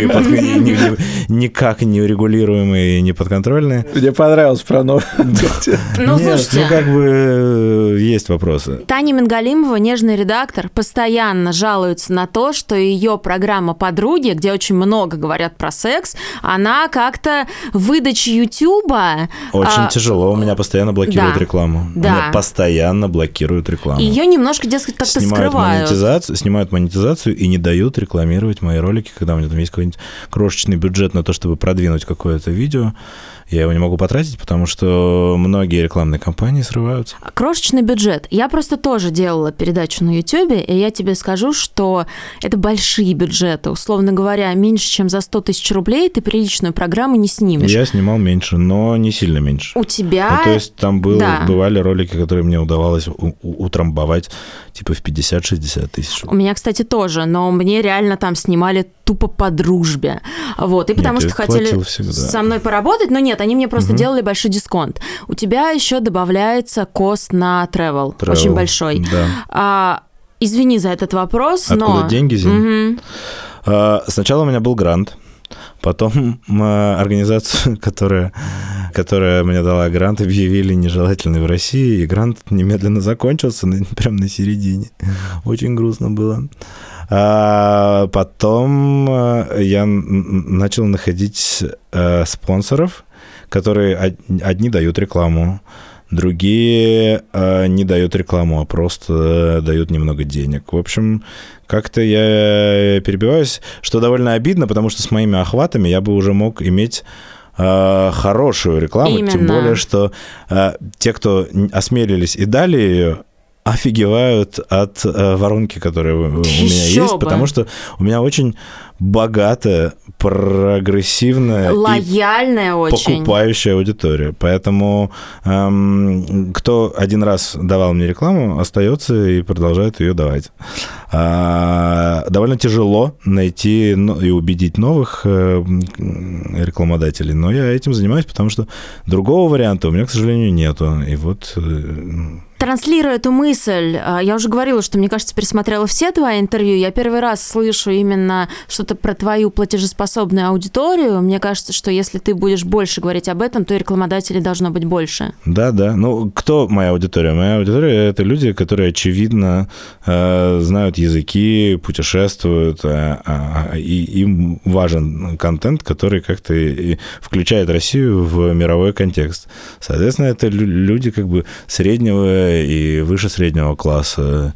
никак не урегулируемые и неподконтрольные. Мне понравилось про новую газету. Ну, слушайте. Ну, как бы есть вопросы. Таня Мингалимова, нежный редактор, постоянно жалуется на то, что ее программа «Подруги», где очень много говорят про секс, она как-то в выдаче Ютуба... Очень а, тяжело, у меня постоянно блокируют да, рекламу. Да. У меня постоянно блокируют рекламу. Ее немножко, дескать, как-то снимают скрывают. Монетизацию, снимают монетизацию и не дают рекламировать мои ролики, когда у меня там есть какой-нибудь крошечный бюджет на то, чтобы продвинуть какое-то видео. Я его не могу потратить, потому что многие рекламные кампании срываются. Крошечный бюджет. Я просто тоже делала передачу на Ютубе, и я тебе скажу, что это большие бюджеты. Условно говоря, меньше, чем за сто тысяч рублей ты приличную программу не снимешь. Я снимал меньше, но не сильно меньше. У тебя... Ну, то есть там был, да. бывали ролики, которые мне удавалось у- у- утрамбовать типа в пятьдесят-шестьдесят тысяч. У меня, кстати, тоже, но мне реально там снимали тупо по дружбе. Вот. И потому Нет, что хотели всегда. со мной поработать, но нет, они мне просто угу. делали большой дисконт. У тебя еще добавляется кост на travel, travel. Очень большой. Да. А, извини за этот вопрос, Откуда но... Откуда деньги, Зин? Угу. А, сначала у меня был грант. Потом организацию, которая, которая мне дала грант, объявили нежелательной в России, и грант немедленно закончился, прямо на середине. Очень грустно было. А потом я начал находить спонсоров, которые одни дают рекламу, другие э, не дают рекламу, а просто дают немного денег. В общем, как-то я перебиваюсь, что довольно обидно, потому что с моими охватами я бы уже мог иметь э, хорошую рекламу. Именно. Тем более, что э, те, кто осмелились и дали ее, офигевают от э, воронки, которая у меня Еще есть, бы. Потому что у меня очень богатая, прогрессивная, лояльная очень покупающая аудитория. Поэтому эм, кто один раз давал мне рекламу, остается и продолжает ее давать. А, довольно тяжело найти ну, и убедить новых э, рекламодателей, но я этим занимаюсь, потому что другого варианта у меня, к сожалению, нету. И вот э, Транслируя эту мысль, я уже говорила, что, мне кажется, пересмотрела все твои интервью. Я первый раз слышу именно что-то про твою платежеспособную аудиторию. Мне кажется, что если ты будешь больше говорить об этом, то и рекламодателей должно быть больше. Да, да. Ну, кто моя аудитория? Моя аудитория — это люди, которые, очевидно, знают языки, путешествуют, и им важен контент, который как-то включает Россию в мировой контекст. Соответственно, это люди как бы среднего и выше среднего класса.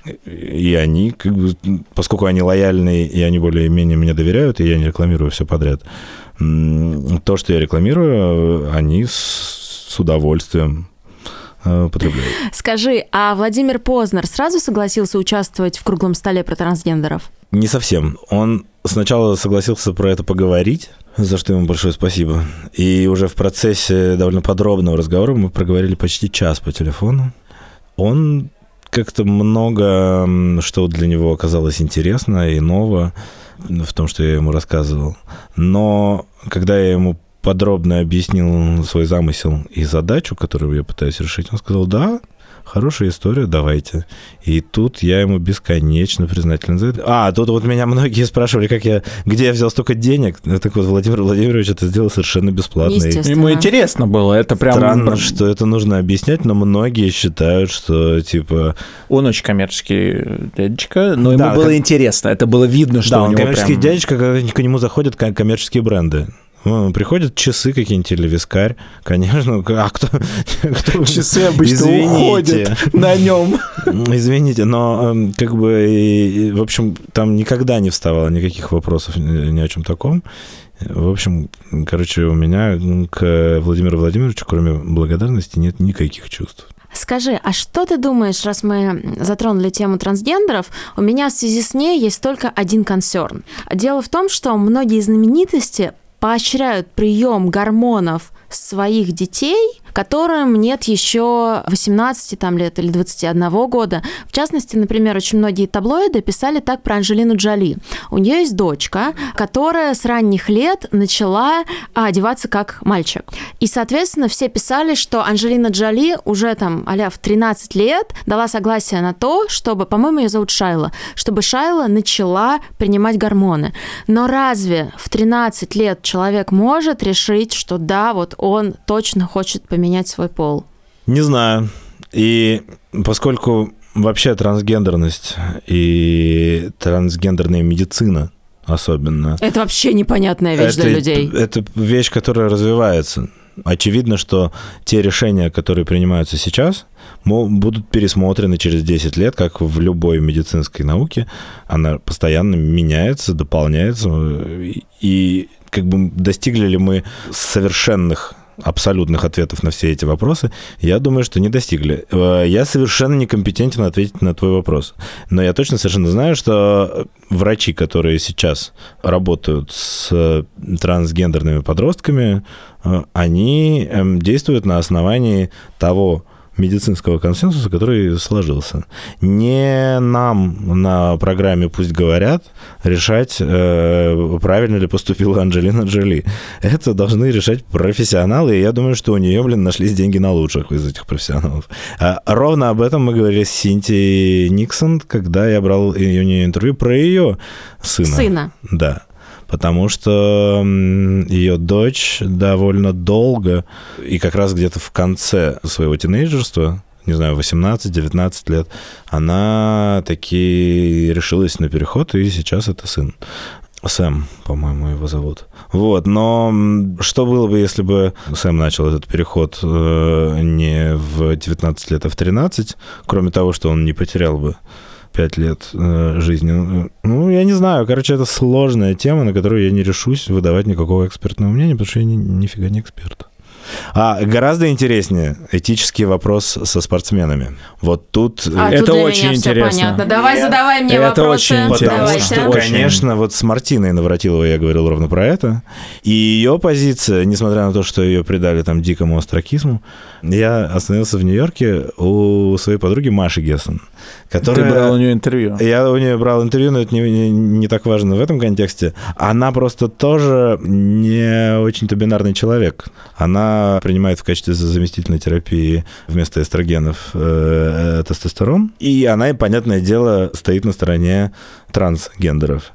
И они, как бы, поскольку они лояльны, и они более-менее мне доверяют, и я не рекламирую все подряд, то, что я рекламирую, они с удовольствием потребляют. Скажи, а Владимир Познер сразу согласился участвовать в круглом столе про трансгендеров? Не совсем. Он сначала согласился про это поговорить, за что ему большое спасибо. И уже в процессе довольно подробного разговора мы проговорили почти час по телефону. Он как-то много, что для него оказалось интересно и ново в том, что я ему рассказывал. Но когда я ему подробно объяснил свой замысел и задачу, которую я пытаюсь решить, он сказал: да, хорошая история, давайте. И тут я ему бесконечно признателен за это. А, тут вот меня многие спрашивали, как я, где я взял столько денег. Так вот, Владимир Владимирович это сделал совершенно бесплатно. Ему интересно было, это прям... Странно, что это нужно объяснять, но многие считают, что, типа... Он очень коммерческий дядечка, но ему да, было как... интересно, это было видно, что да, у он него коммерческий прям... дядечка, когда к нему заходят коммерческие бренды. Приходят часы какие-нибудь или вискарь, конечно. А кто? кто часы обычно Извините. уходят на нем. Извините, но как бы, в общем, там никогда не вставало никаких вопросов ни о чем таком. В общем, короче, у меня к Владимиру Владимировичу, кроме благодарности, нет никаких чувств. Скажи, а что ты думаешь, раз мы затронули тему трансгендеров, у меня в связи с ней есть только один консерн. Дело в том, что многие знаменитости поощряют прием гормонов своих детей, которым нет еще восемнадцати там, лет или двадцати одного года. В частности, например, очень многие таблоиды писали так про Анджелину Джоли. У нее есть дочка, которая с ранних лет начала одеваться как мальчик. И, соответственно, все писали, что Анджелина Джоли уже там а-ля в тринадцать лет дала согласие на то, чтобы, по-моему, ее зовут Шайла, чтобы Шайла начала принимать гормоны. Но разве в тринадцать лет человек может решить, что да, вот он точно хочет поменять свой пол? Не знаю. И поскольку вообще трансгендерность и трансгендерная медицина особенно... Это вообще непонятная вещь это, для людей. Это вещь, которая развивается. Очевидно, что те решения, которые принимаются сейчас, будут пересмотрены через десять лет, как в любой медицинской науке. Она постоянно меняется, дополняется. И как бы достигли ли мы совершенных абсолютных ответов на все эти вопросы, я думаю, что не достигли. Я совершенно некомпетентен ответить на твой вопрос. Но я точно совершенно знаю, что врачи, которые сейчас работают с трансгендерными подростками, они действуют на основании того медицинского консенсуса, который сложился. Не нам на программе «Пусть говорят» решать, правильно ли поступила Анджелина Джоли. Это должны решать профессионалы, и я думаю, что у нее, блин, нашлись деньги на лучших из этих профессионалов. А ровно об этом мы говорили с Синтией Никсон, когда я брал ее интервью про ее сына. Сына. Да. Потому что ее дочь довольно долго, и как раз где-то в конце своего тинейджерства, не знаю, восемнадцать-девятнадцать лет, она таки решилась на переход, и сейчас это сын. Сэм, по-моему, его зовут. Вот, но что было бы, если бы Сэм начал этот переход не в девятнадцать лет, а в тринадцать, кроме того, что он не потерял бы пять лет э, жизни. Ну, я не знаю. Короче, это сложная тема, на которую я не решусь выдавать никакого экспертного мнения, потому что я ни, нифига не эксперт. А гораздо интереснее этический вопрос со спортсменами. Вот тут... А это тут очень интересно. Понятно. Давай, Нет. задавай мне это вопросы. Очень Потому интересно. что, Очень. конечно, вот с Мартиной Навратиловой я говорил ровно про это. И ее позиция, несмотря на то, что ее придали там дикому остракизму, я остановился в Нью-Йорке у своей подруги Маши Гессен, которая... Ты брал у нее интервью. Я у нее брал интервью, но это не, не, не так важно в этом контексте. Она просто тоже не очень-то бинарный человек. Она она принимает в качестве заместительной терапии вместо эстрогенов э, э, тестостерон, и она, понятное дело, стоит на стороне трансгендеров.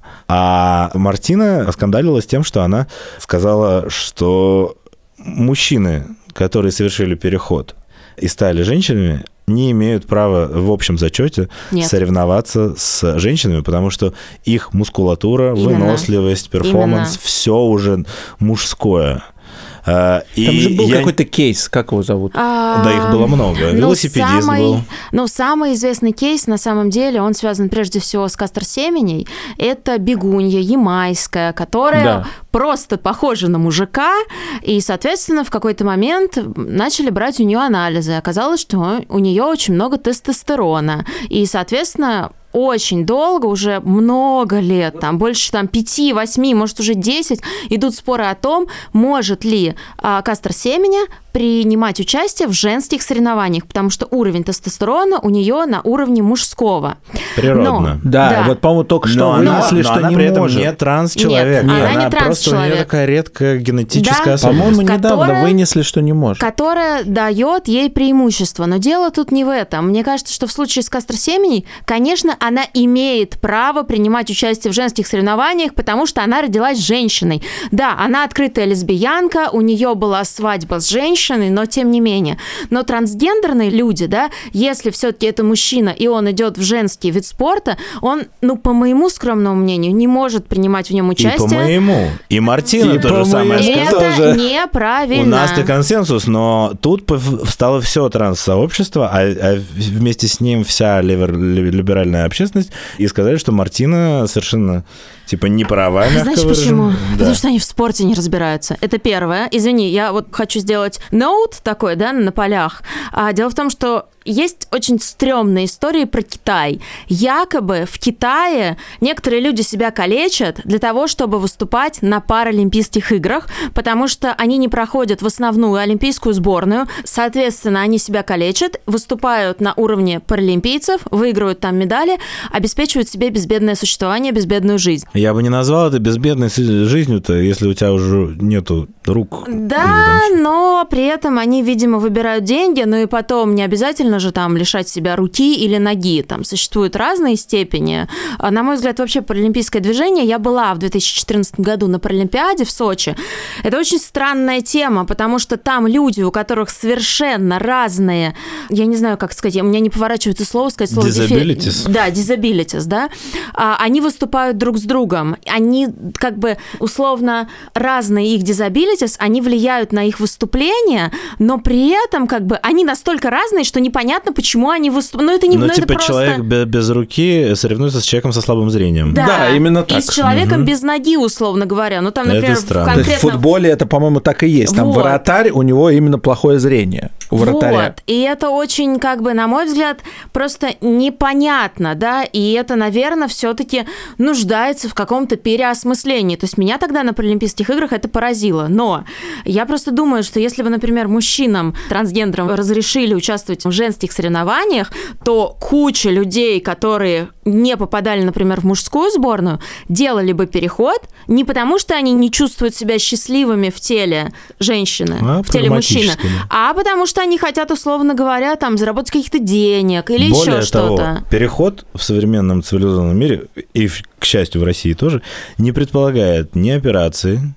А Мартина оскандалилась тем, что она сказала, что мужчины, которые совершили переход и стали женщинами, не имеют права в общем зачете Нет. соревноваться с женщинами, потому что их мускулатура, Именно. выносливость, перформанс, Именно. все уже мужское. Там и же был я... какой-то кейс, как его зовут? А, да, их было много. Ну, Велосипедист самый, был. Ну, самый известный кейс, на самом деле, он связан прежде всего с кастр-семеней. Это бегунья ямайская, которая да. просто похожа на мужика, и, соответственно, в какой-то момент начали брать у нее анализы. Оказалось, что у нее очень много тестостерона, и, соответственно, очень долго, уже много лет, там больше там, пяти, восьми, может уже десять, идут споры о том, может ли а, кастр семени принимать участие в женских соревнованиях, потому что уровень тестостерона у нее на уровне мужского. Природно. Но, да, да, вот, по-моему, только что вынесли, что она не при этом может. не транс-человек. Нет, она, она не транс-человек. Просто у нее такая редкая генетическая да, особенность. По-моему, недавно которая, вынесли, что не может. Которая дает ей преимущество. Но дело тут не в этом. Мне кажется, что в случае с кастр семеней, конечно, она имеет право принимать участие в женских соревнованиях, потому что она родилась женщиной. Да, она открытая лесбиянка, у нее была свадьба с женщиной, но тем не менее. Но трансгендерные люди, да, если все-таки это мужчина, и он идет в женский вид спорта, он, ну, по моему скромному мнению, не может принимать в нем участие. И по моему. И Мартина и то же самое сказала. Это неправильно. У нас-то консенсус, но тут встало все транс-сообщество, а, а вместе с ним вся либеральная общественность, и сказали, что Мартина совершенно, типа, не права. Знаешь почему? Да. Потому что они в спорте не разбираются. Это первое. Извини, я вот хочу сделать ноут такой, да, на полях. А дело в том, что есть очень стрёмные истории про Китай. Якобы в Китае некоторые люди себя калечат для того, чтобы выступать на Паралимпийских играх, потому что они не проходят в основную олимпийскую сборную. Соответственно, они себя калечат, выступают на уровне паралимпийцев, выигрывают там медали, обеспечивают себе безбедное существование, безбедную жизнь. Я бы не назвал это безбедной жизнью-то, если у тебя уже нету рук. Да, но при этом они, видимо, выбирают деньги, но и потом не обязательно же там лишать себя руки или ноги. Там существуют разные степени. На мой взгляд, вообще паралимпийское движение, я была в две тысячи четырнадцатом году на Паралимпиаде в Сочи. Это очень странная тема, потому что там люди, у которых совершенно разные, я не знаю, как сказать, у меня не поворачивается слово, сказать слово... Disabilities. Дефи... Да, disabilities, да. Они выступают друг с другом. Они как бы условно разные их disabilities, они влияют на их выступления, но при этом как бы они настолько разные, что непонятно, почему они выступают. Ну, это не ну, ну, типа это просто... человек без руки соревнуется с человеком со слабым зрением. Да, да, именно так. И с человеком угу. без ноги, условно говоря. Ну, там, например, это странно. конкретно... То есть в футболе это, по-моему, так и есть. Там вот. Вратарь, у него именно плохое зрение. У вратаря. Вот. И это очень, как бы, на мой взгляд, просто непонятно, да, и это, наверное, все-таки нуждается в каком-то переосмыслении. То есть меня тогда на Паралимпийских играх это поразило. Но я просто думаю, что если бы, например, мужчинам, трансгендерам разрешили участвовать в женских соревнованиях, то куча людей, которые не попадали, например, в мужскую сборную, делали бы переход не потому, что они не чувствуют себя счастливыми в теле женщины, а, в теле мужчины, а потому что они хотят, условно говоря, там, заработать каких-то денег или Более еще что-то. Того, переход в современном цивилизованном мире, и, к счастью, в России тоже, не предполагает ни операции,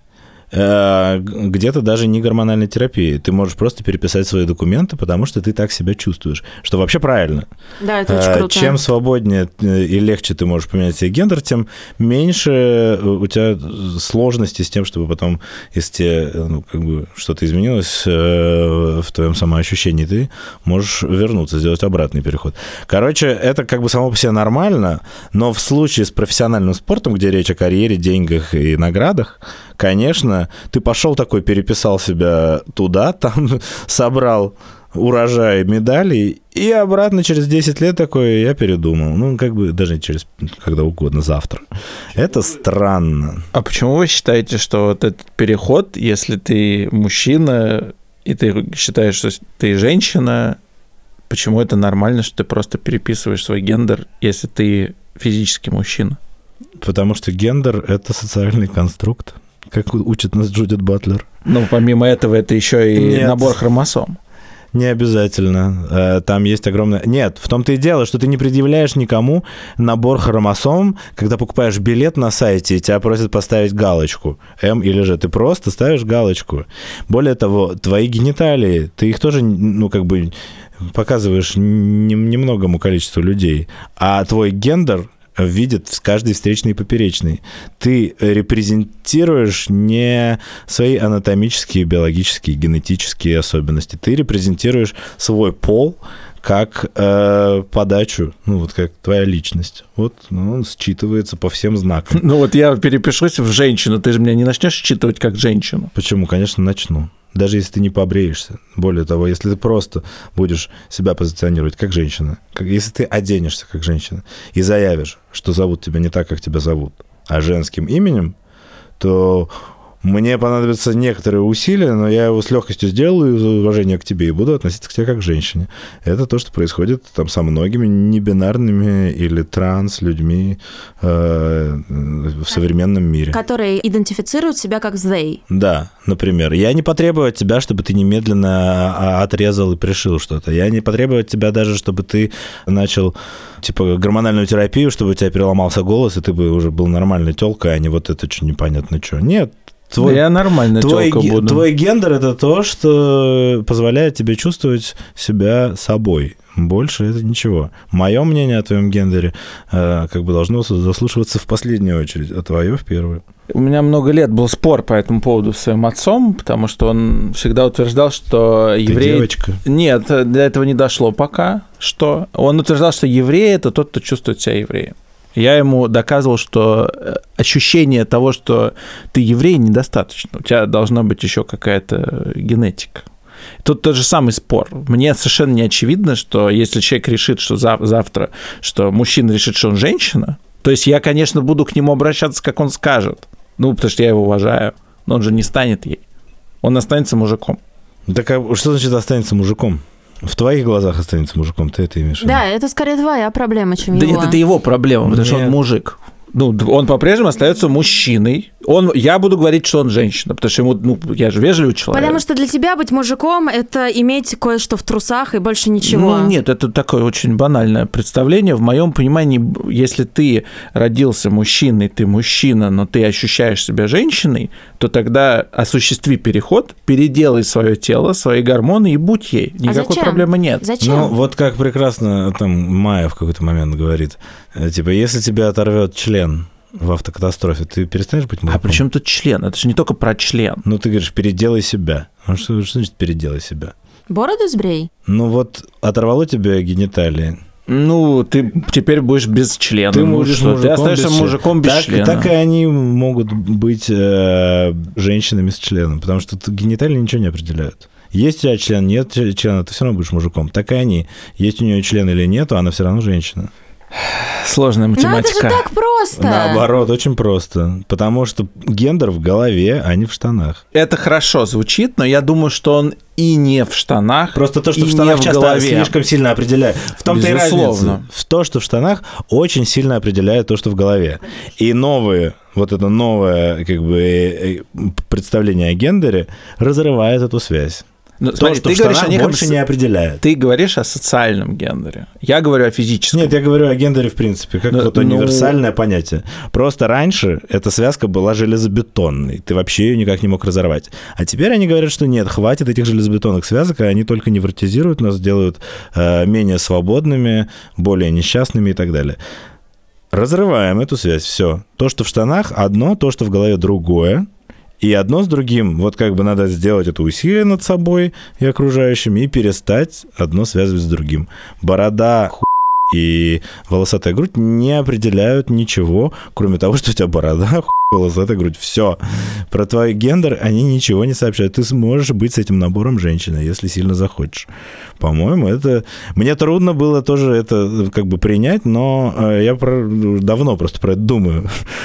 где-то даже не гормональной терапии. Ты можешь просто переписать свои документы, потому что ты так себя чувствуешь, что вообще правильно. Да, это очень круто. Чем свободнее и легче ты можешь поменять себе гендер, тем меньше у тебя сложностей с тем, чтобы потом, если тебе, ну, как бы что-то изменилось в твоем самоощущении, ты можешь вернуться, сделать обратный переход. Короче, это как бы само по себе нормально, но в случае с профессиональным спортом, где речь о карьере, деньгах и наградах, конечно, ты пошел такой, переписал себя туда, там собрал урожай медалей, и обратно через десять лет такой, я передумал. Ну, как бы даже через когда угодно, завтра. Это странно. А почему вы считаете, что вот этот переход, если ты мужчина, и ты считаешь, что ты женщина, почему это нормально, что ты просто переписываешь свой гендер, если ты физически мужчина? Потому что гендер — это социальный конструкт. как учит нас Джудит Батлер. Ну, помимо этого, это еще и Нет. набор хромосом. Не обязательно. Там есть огромное... Нет, в том-то и дело, что ты не предъявляешь никому набор хромосом, когда покупаешь билет на сайте, и тебя просят поставить галочку. М или Ж. Ты просто ставишь галочку. Более того, твои гениталии, ты их тоже, ну, как бы показываешь немногому количеству людей. А твой гендер видит каждый встречный и поперечный. Ты репрезентируешь не свои анатомические, биологические, генетические особенности. Ты репрезентируешь свой пол как э, подачу, ну вот как твоя личность. Вот ну, он считывается по всем знакам. Ну вот я перепишусь в женщину, ты же меня не начнешь считывать как женщину? Почему? Конечно, начну. Даже если ты не побреешься. Более того, если ты просто будешь себя позиционировать как женщина, как, если ты оденешься как женщина и заявишь, что зовут тебя не так, как тебя зовут, а женским именем, то мне понадобятся некоторые усилия, но я его с легкостью сделаю из уважения к тебе и буду относиться к тебе как к женщине. Это то, что происходит там со многими небинарными или транс-людьми э, в современном мире. Которые идентифицируют себя как they. Да, например. Я не потребую от тебя, чтобы ты немедленно отрезал и пришил что-то. Я не потребую от тебя даже, чтобы ты начал типа гормональную терапию, чтобы у тебя переломался голос, и ты бы уже был нормальной тёлкой, а не вот это что непонятно что. Нет. Твой, да я нормально твой, тёлка буду. Твой гендер – это то, что позволяет тебе чувствовать себя собой. Больше это ничего. Мое мнение о твоем гендере э, как бы должно заслушиваться в последнюю очередь, а твое в первую. У меня много лет был спор по этому поводу с своим отцом, потому что он всегда утверждал, что евреи... Ты девочка? Нет, до этого не дошло пока, что... Он утверждал, что еврей – это тот, кто чувствует себя евреем. Я ему доказывал, что ощущение того, что ты еврей, недостаточно. У тебя должна быть еще какая-то генетика. Тут тот же самый спор. Мне совершенно не очевидно, что если человек решит, что завтра, что мужчина решит, что он женщина, то есть я, конечно, буду к нему обращаться, как он скажет. Ну, потому что я его уважаю. Но он же не станет ей. Он останется мужиком. Так а что значит останется мужиком? В твоих глазах останется мужиком, ты это имеешь в виду? Да, это скорее твоя проблема, чем да его. Да нет, это его проблема, потому Нет. что он мужик. Ну, он по-прежнему остается мужчиной. Он, я буду говорить, что он женщина, потому что ему, ну, я же вежливый человек. Потому что для тебя быть мужиком – это иметь кое-что в трусах и больше ничего. Ну, нет, это такое очень банальное представление. В моем понимании, если ты родился мужчиной, ты мужчина, но ты ощущаешь себя женщиной, то тогда осуществи переход, переделай свое тело, свои гормоны и будь ей. Никакой зачем? проблемы нет. Зачем? Ну, вот как прекрасно там Майя в какой-то момент говорит, типа, если тебя оторвет член в автокатастрофе, ты перестанешь быть мужиком? А при чем тут член? Это же не только про член. Ну, ты говоришь, переделай себя. А что, что значит переделай себя? Бороду сбрей? Ну, вот оторвало тебе гениталии. Ну, ты теперь будешь без члена. Ты, ну, будешь что? мужиком Ты остаешься без мужиком без так, члена. Так и они могут быть э, женщинами с членом, потому что гениталии ничего не определяют. Есть у тебя член, нет члена, ты все равно будешь мужиком. Так и они. Есть у нее член или нет, она все равно женщина. Сложная математика. Ну это же так просто. Наоборот, очень просто. Потому что гендер в голове, а не в штанах. Это хорошо звучит, но я думаю, что он и не в штанах, Просто то, что и в штанах не в часто голове. слишком сильно определяет. В том-то и разница. Безусловно. В то, что в штанах очень сильно определяет то, что в голове. И новые, вот это новое как бы представление о гендере разрывает эту связь. Ну, То, смотри, что ты в говоришь штанах о неком больше с- не определяет. Ты говоришь о социальном гендере. Я говорю о физическом. Нет, я говорю о гендере в принципе, как Ну, вот ну- универсальное понятие. Просто раньше эта связка была железобетонной, ты вообще ее никак не мог разорвать. А теперь они говорят, что нет, хватит этих железобетонных связок, и они только невротизируют нас, делают э, менее свободными, более несчастными и так далее. Разрываем эту связь, все. То, что в штанах одно, то, что в голове другое. И одно с другим, вот как бы надо сделать это усилие над собой и окружающими, и перестать одно связывать с другим. Борода, хуй и волосатая грудь не определяют ничего, кроме того, что у тебя борода, хуй, волосатая грудь. Все. Про твой гендер они ничего не сообщают. Ты сможешь быть с этим набором женщины, если сильно захочешь. По-моему, это... Мне трудно было тоже это как бы принять, но я про... давно просто про это думаю.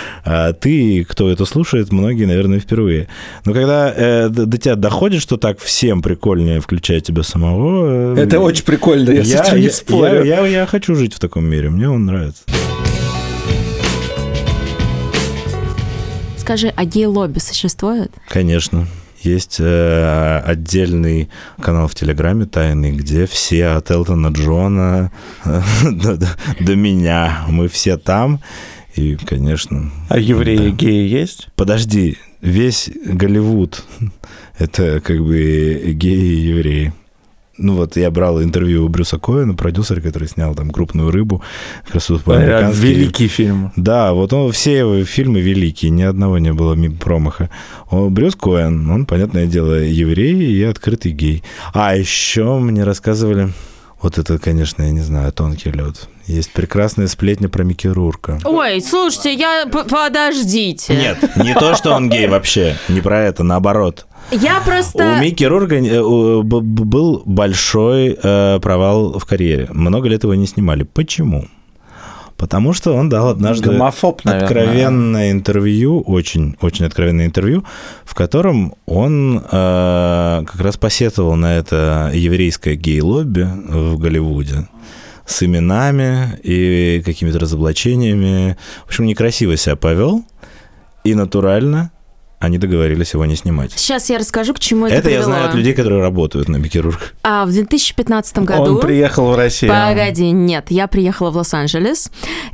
А ты, кто это слушает, многие, наверное, впервые. Но когда э, до тебя доходит, что так всем прикольнее, включая тебя самого... Э, Это очень прикольно, я, я, с этим не я, спорю. я, я, я хочу жить в таком мире, мне он нравится. скажи, а гей-лобби существует? Конечно. Есть э, отдельный канал в Телеграме тайный, где все от Элтона Джона э, до, до, до меня. Мы все там. И, конечно... А евреи, да. геи есть? Подожди, весь Голливуд — это как бы геи и евреи. Ну вот, я брал интервью у Брюса Коэна, продюсера, который снял там «Крупную рыбу». Как раз вот по-американски. Великий фильм. Да, вот он, все его фильмы великие, ни одного не было промаха. Он, Брюс Коэн, он, понятное дело, еврей и открытый гей. А еще мне рассказывали... Вот это, конечно, я не знаю, тонкий лед. Есть прекрасная сплетня про Микки Рурка. Ой, слушайте, я... Подождите. Нет, не то, что он гей вообще, не про это, наоборот. Я просто... У Микки Рурка был большой провал в карьере. Много лет его не снимали. Почему? Потому что он дал однажды гомофоб, откровенное интервью, очень-очень откровенное интервью, в котором он э, как раз посетовал на это еврейское гей-лобби в Голливуде с именами и какими-то разоблачениями. В общем, некрасиво себя повел и натурально они договорились его не снимать. Сейчас я расскажу, к чему это Это привело. я знаю от людей, которые работают на Микки Рурка. А в две тысячи пятнадцатом году... Он приехал в Россию. Погоди, нет, я приехала в Лос-Анджелес,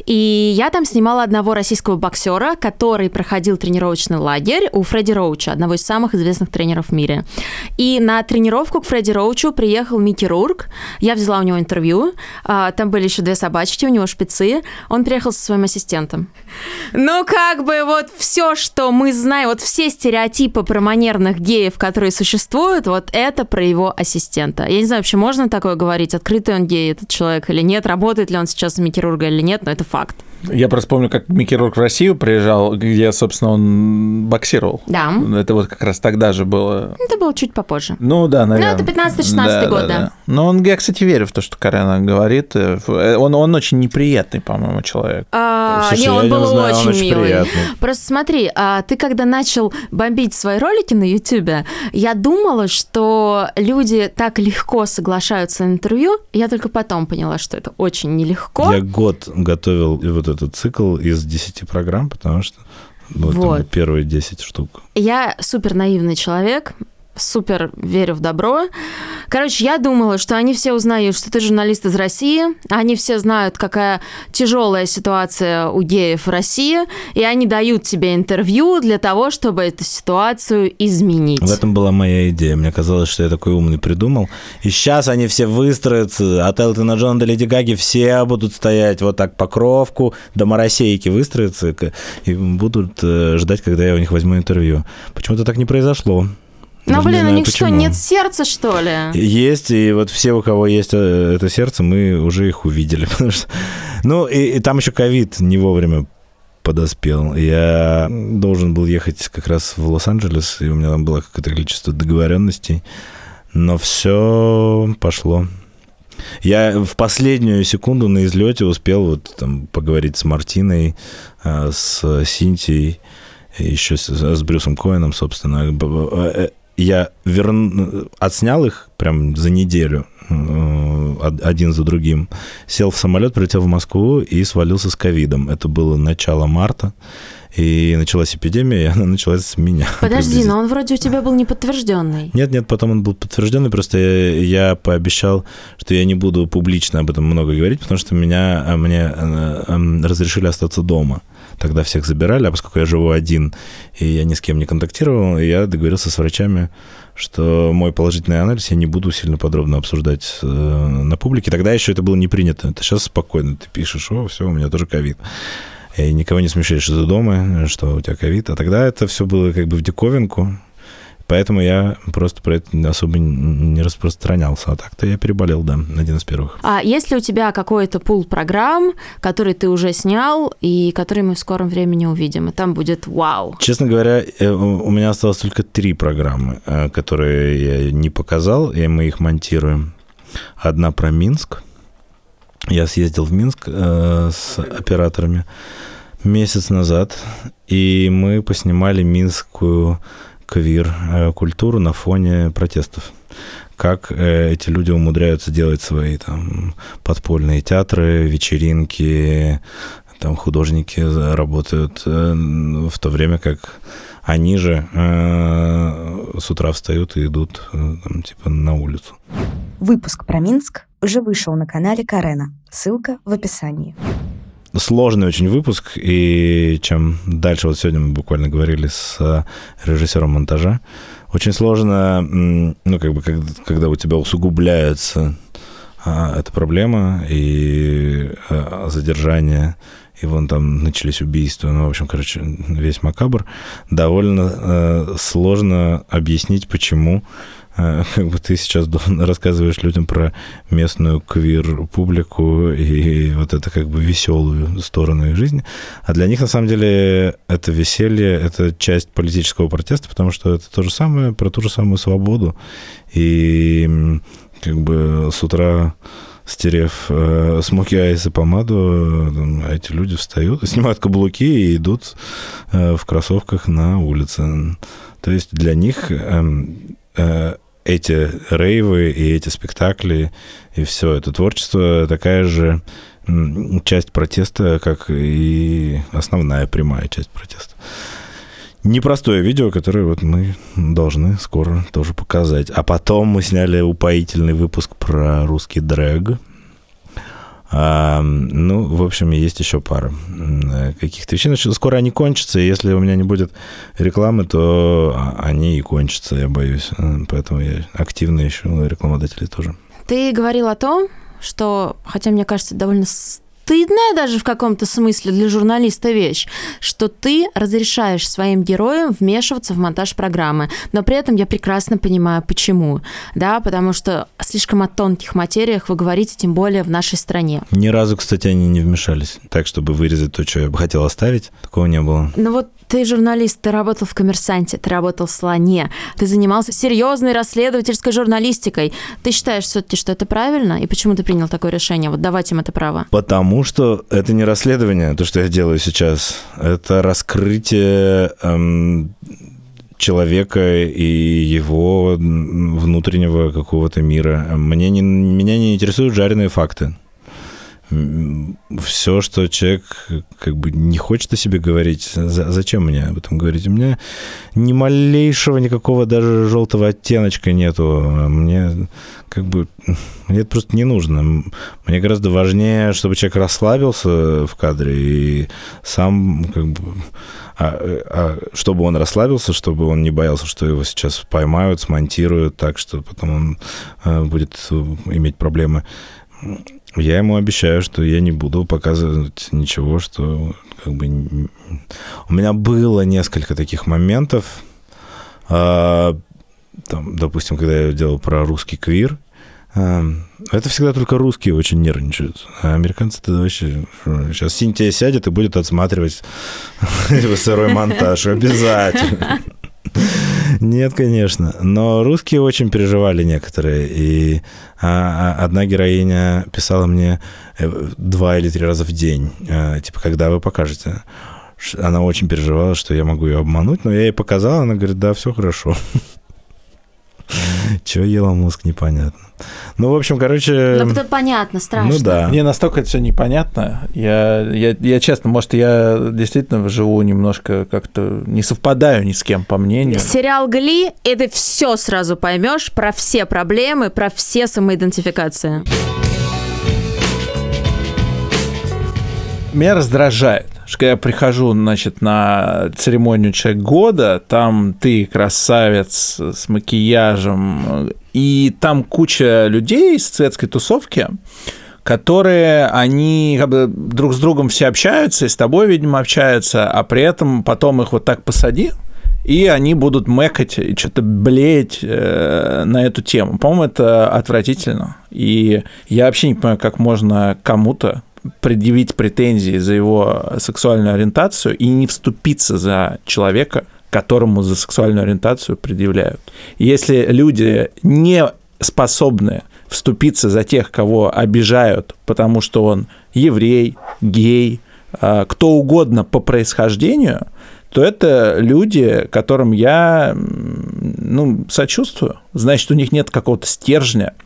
и я там снимала одного российского боксера, который проходил тренировочный лагерь у Фредди Роуча, одного из самых известных тренеров в мире. И на тренировку к Фредди Роучу приехал Микки Рурк, я взяла у него интервью, там были еще две собачки, у него шпицы, он приехал со своим ассистентом. Ну, как бы вот все, что мы знаем, вот все стереотипы про манерных геев, которые существуют, вот это про его ассистента. Я не знаю, вообще можно такое говорить, открытый он гей, этот человек или нет, работает ли он сейчас в Микки Рурка или нет, но это факт. Я просто помню, как Микки Рурк в Россию приезжал, где, собственно, он боксировал. Да. Это вот как раз тогда же было... Это было чуть попозже. Ну да, наверное. Ну, это пятнадцатый-шестнадцатый да, год, да, да. да. Но он, я, кстати, верю в то, что Карена говорит. Он, он очень неприятный, по-моему, человек. А, Слушай, не, я он не был знаю, он очень очень милый. приятный. Просто смотри, а ты когда начал бомбить свои ролики на Ютубе, я думала, что люди так легко соглашаются на интервью, я только потом поняла, что это очень нелегко. Я год готовил вот этот цикл из десяти программ, потому что вот, Вот. там первые десять штук. Я супер наивный человек, супер верю в добро. Короче, я думала, что они все узнают, что ты журналист из России, они все знают, какая тяжелая ситуация у геев в России, и они дают тебе интервью для того, чтобы эту ситуацию изменить. В этом была моя идея. Мне казалось, что я такой умный придумал. И сейчас они все выстроятся. От Элтона Джона до Леди Гаги все будут стоять вот так по кровку, до Моросейки выстроятся и будут ждать, когда я у них возьму интервью. Почему-то так не произошло. Ну, Даже блин, не у знаю, них что, почему. нет сердца, что ли? Есть, и вот все, у кого есть это сердце, мы уже их увидели. Потому что... Ну, и, и там еще ковид не вовремя подоспел. Я должен был ехать как раз в Лос-Анджелес, и у меня там было какое-то количество договоренностей, но все пошло. Я в последнюю секунду на излете успел вот там поговорить с Мартиной, с Синтией, еще с, с Брюсом Коэном, собственно. Я верн... отснял их прям за неделю, один за другим. Сел в самолет, прилетел в Москву и свалился с ковидом. Это было начало марта, и началась эпидемия, и она началась с меня. Подожди, но он вроде у тебя был неподтвержденный. Нет, нет, потом он был подтвержденный, просто я, я пообещал, что я не буду публично об этом много говорить, потому что меня, мне разрешили остаться дома. Тогда всех забирали, а поскольку я живу один, и я ни с кем не контактировал, я договорился с врачами, что мой положительный анализ я не буду сильно подробно обсуждать э, на публике. Тогда еще это было не принято. Это сейчас спокойно. Ты пишешь, о, все, у меня тоже ковид. И никого не смущаешь, что ты дома, что у тебя ковид. А тогда это все было как бы в диковинку. Поэтому я просто про это особо не распространялся. А так-то я переболел, да, один из первых. А есть ли у тебя какой-то пул программ, который ты уже снял и который мы в скором времени увидим? И там будет вау. Честно говоря, у меня осталось только три программы, которые я не показал, и мы их монтируем. Одна про Минск. Я съездил в Минск с операторами месяц назад, и мы поснимали минскую квир-культуру на фоне протестов. Как эти люди умудряются делать свои там подпольные театры, вечеринки, там художники работают, в то время как они же с утра встают и идут там, типа на улицу. Выпуск про Минск уже вышел на канале Карена. Ссылка в описании. Сложный очень выпуск, и чем дальше, вот сегодня мы буквально говорили с режиссером монтажа, очень сложно, ну, как бы, когда, когда у тебя усугубляется а, эта проблема, и а, задержание, и вон там начались убийства, ну, в общем, короче, весь макабр, довольно а, сложно объяснить, почему как бы ты сейчас рассказываешь людям про местную квир-публику и вот это как бы веселую сторону их жизни. А для них, на самом деле, это веселье, это часть политического протеста, потому что это то же самое, про ту же самую свободу. И как бы с утра, стерев э, смоки айс и помаду, э, эти люди встают, снимают каблуки и идут э, в кроссовках на улице. То есть для них... Э, эти рейвы и эти спектакли, и все это творчество такая же часть протеста, как и основная прямая часть протеста. Непростое видео, которое вот мы должны скоро тоже показать. А потом мы сняли упоительный выпуск про русский дрэг. А, ну, в общем, есть еще пара каких-то вещей. Значит, скоро они кончатся, и если у меня не будет рекламы, то они и кончатся, я боюсь. Поэтому я активно ищу рекламодателей тоже. Ты говорил о том, что, хотя мне кажется, довольно стыдная даже в каком-то смысле для журналиста вещь, что ты разрешаешь своим героям вмешиваться в монтаж программы, но при этом я прекрасно понимаю, почему, да, потому что слишком о тонких материях вы говорите, тем более в нашей стране. Ни разу, кстати, они не вмешались, так, чтобы вырезать то, что я бы хотел оставить, такого не было. Ну вот ты журналист, ты работал в «Коммерсанте», ты работал в «Слоне», ты занимался серьезной расследовательской журналистикой. Ты считаешь все-таки, что это правильно? И почему ты принял такое решение? Вот давать им это право. Потому что это не расследование, то, что я делаю сейчас. Это раскрытие эм, человека и его внутреннего какого-то мира. Мне не, меня не интересуют жареные факты. Все, что человек как бы не хочет о себе говорить, зачем мне об этом говорить? У меня ни малейшего никакого даже желтого оттеночка нету. Мне как бы мне это просто не нужно. Мне гораздо важнее, чтобы человек расслабился в кадре и сам как бы... А, а чтобы он расслабился, чтобы он не боялся, что его сейчас поймают, смонтируют так, что потом он а, будет иметь проблемы. Я ему обещаю, что я не буду показывать ничего, что как бы... У меня было несколько таких моментов. А, там, допустим, когда я делал про русский квир, а, это всегда только русские очень нервничают. А американцы-то вообще... Сейчас Синтия сядет и будет отсматривать сырой монтаж. Обязательно. Нет, конечно. Но русские очень переживали некоторые. И одна героиня писала мне два или три раза в день. Типа, когда вы покажете? Она очень переживала, что я могу ее обмануть, но я ей показал, она говорит, да, все хорошо. Чего ела мозг, непонятно. Ну, в общем, короче... Ну, это понятно, страшно. Ну, да. Мне настолько это все непонятно. Я, я, я честно, может, я действительно живу немножко как-то... Не совпадаю ни с кем, по мнению. Сериал «Гли» — это все сразу поймешь про все проблемы, про все самоидентификации. Меня раздражает, что когда я прихожу, значит, на церемонию «Человек года», там ты красавец с макияжем, и там куча людей из светской тусовки, которые, они как бы друг с другом все общаются, и с тобой, видимо, общаются, а при этом потом их вот так посади, и они будут мэкать и что-то блеять э, на эту тему. По-моему, это отвратительно. И я вообще не понимаю, как можно кому-то предъявить претензии за его сексуальную ориентацию и не вступиться за человека, которому за сексуальную ориентацию предъявляют. Если люди не способны вступиться за тех, кого обижают, потому что он еврей, гей, кто угодно по происхождению, то это люди, которым я, ну, сочувствую. Значит, у них нет какого-то стержня,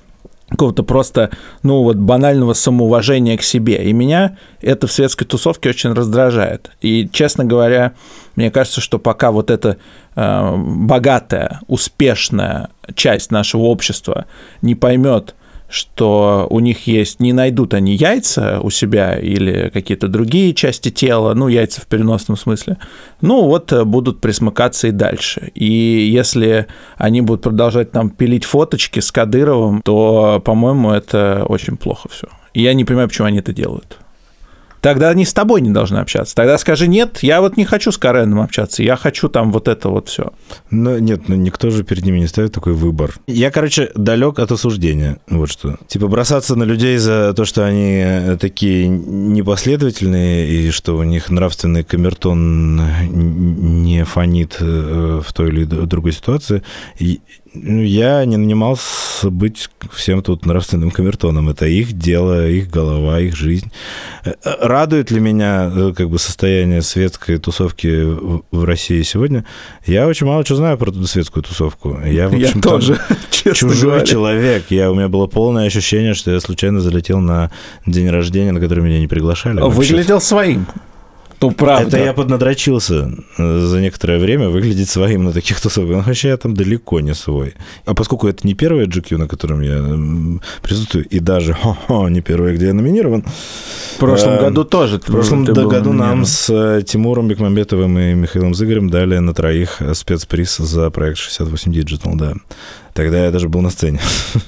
какого-то просто, ну, вот банального самоуважения к себе. И меня это в светской тусовке очень раздражает. И, честно говоря, мне кажется, что пока вот эта э, богатая, успешная часть нашего общества не поймет, что у них есть, не найдут они яйца у себя или какие-то другие части тела, ну, яйца в переносном смысле, ну, вот будут присмыкаться и дальше. И если они будут продолжать там пилить фоточки с Кадыровым, то, по-моему, это очень плохо все. И я не понимаю, почему они это делают. Тогда они с тобой не должны общаться. Тогда скажи: нет, я вот не хочу с Кареном общаться, я хочу там вот это вот все. Ну, нет, ну никто же перед ними не ставит такой выбор. Я, короче, далек от осуждения. Вот что. Типа бросаться на людей за то, что они такие непоследовательные, и что у них нравственный камертон не фонит в той или другой ситуации. И я не нанимался быть всем тут нравственным камертоном. Это их дело, их голова, их жизнь. Радует ли меня как бы состояние светской тусовки в России сегодня? Я очень мало чего знаю про эту светскую тусовку. Я, в общем, я тоже, честно чужой говоря. человек. Я, у меня было полное ощущение, что я случайно залетел на день рождения, на который меня не приглашали. Выглядел своим. Ну, правда. Это я поднадрочился за некоторое время выглядеть своим на таких тусовках. Но вообще я там далеко не свой. А поскольку это не первое джи кью, на котором я присутствую, и даже хо-хо, не первое, где я номинирован. В прошлом а, году тоже. В прошлом году нам с Тимуром Бекмамбетовым и Михаилом Зыгорем дали на троих спецприз за проект шестьдесят восемь Digital, да. Тогда я даже был на сцене.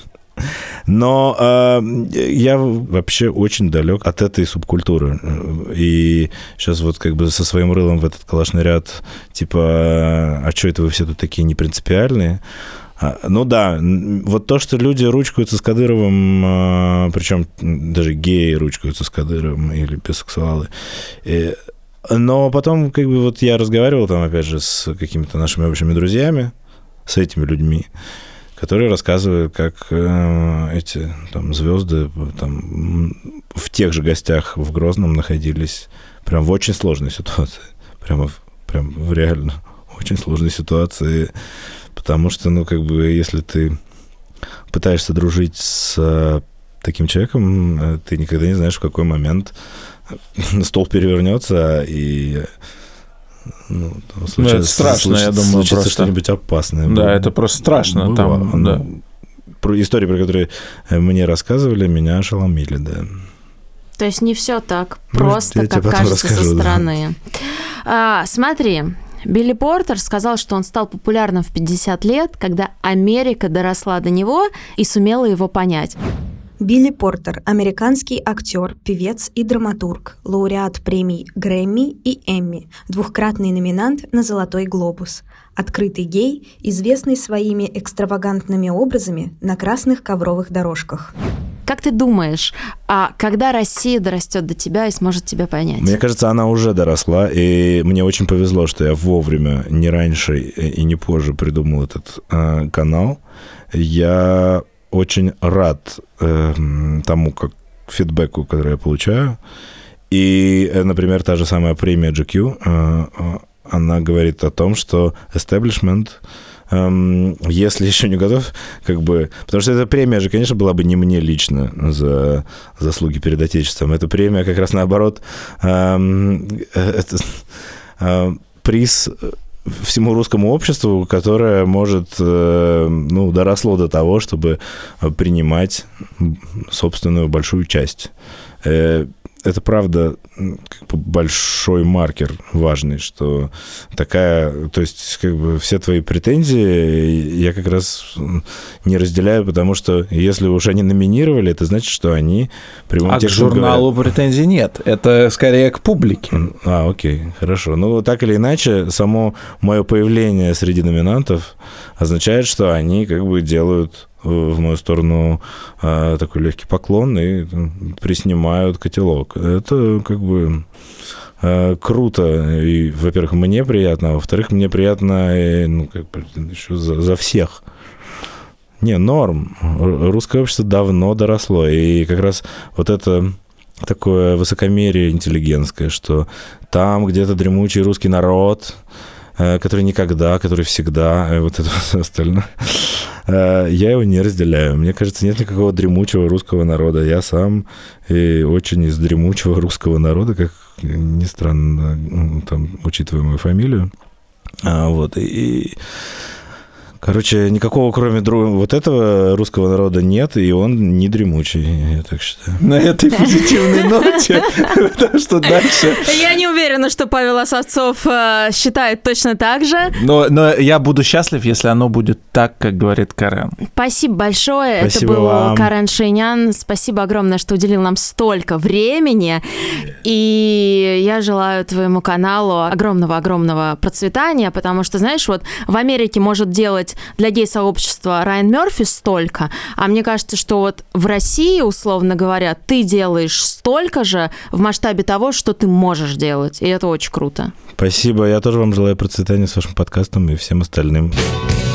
Но э, я вообще очень далек от этой субкультуры. И сейчас вот как бы со своим рылом в этот калашный ряд, типа, а что это вы все тут такие непринципиальные? Ну да, вот то, что люди ручкаются с Кадыровым, причем даже геи ручкаются с Кадыровым или бисексуалы, и, но потом как бы вот я разговаривал там опять же с какими-то нашими общими друзьями, с этими людьми, которые рассказывают, как э, эти там звезды там, в тех же гостях в Грозном находились прям в очень сложной ситуации. Прямо в, прям в реально очень сложной ситуации. Потому что, ну, как бы, если ты пытаешься дружить с таким человеком, ты никогда не знаешь, в какой момент стол перевернется, и... Ну, там случается, ну, это страшно, случится, я думаю, случится просто что-нибудь опасное. Да, было, это просто страшно. Там, ну, да. Про истории, про которые мне рассказывали, меня ошеломили, да. То есть не все так просто, Может, как кажется расскажу, со да. стороны. А, смотри, Билли Портер сказал, что он стал популярным в пятьдесят лет, когда Америка доросла до него и сумела его понять. Билли Портер – американский актер, певец и драматург, лауреат премий Грэмми и Эмми, двухкратный номинант на «Золотой глобус», открытый гей, известный своими экстравагантными образами на красных ковровых дорожках. Как ты думаешь, а когда Россия дорастет до тебя и сможет тебя понять? Мне кажется, она уже доросла, и мне очень повезло, что я вовремя, не раньше и не позже придумал этот э, канал. Я очень рад э, тому, как фидбэку, который я получаю. И, например, та же самая премия джи кью, э, она говорит о том, что establishment, э, если еще не готов, как бы... Потому что эта премия же, конечно, была бы не мне лично за заслуги перед Отечеством. Эта премия как раз наоборот... Э, это, э, приз... всему русскому обществу, которое, может, ну, доросло до того, чтобы принимать собственную большую часть. Это, правда, как бы большой маркер важный, что такая... То есть, как бы, все твои претензии я как раз не разделяю, потому что если уж они номинировали, это значит, что они... А к журналу говорят... претензий нет. Это скорее к публике. А, окей, хорошо. Ну, так или иначе, само мое появление среди номинантов означает, что они как бы делают... в мою сторону а, такой легкий поклон и приснимают котелок. Это как бы а, круто. И, во-первых, мне приятно, а во-вторых, мне приятно и, ну, как бы, еще за, за всех. Не, норм. Русское общество давно доросло. И как раз вот это такое высокомерие интеллигентское, что там где-то дремучий русский народ, который никогда, который всегда, вот это все остальное. я его не разделяю. Мне кажется, нет никакого дремучего русского народа. Я сам и очень из дремучего русского народа, как ни странно, там, учитывая мою фамилию. А, вот, и... Короче, никакого, кроме друг... вот этого русского народа нет, и он не дремучий, я так считаю. На этой позитивной ноте, потому что дальше... Я не уверена, что Павел Осовцов э, считает точно так же. Но, но я буду счастлив, если оно будет так, как говорит Карен. Спасибо большое. Спасибо Это был вам. Карен Шейнян. Спасибо огромное, что уделил нам столько времени. И я желаю твоему каналу огромного-огромного процветания, потому что, знаешь, вот в Америке может делать для гей-сообщества Райан Мерфи столько, а мне кажется, что вот в России, условно говоря, ты делаешь столько же в масштабе того, что ты можешь делать, и это очень круто. Спасибо, я тоже вам желаю процветания с вашим подкастом и всем остальным.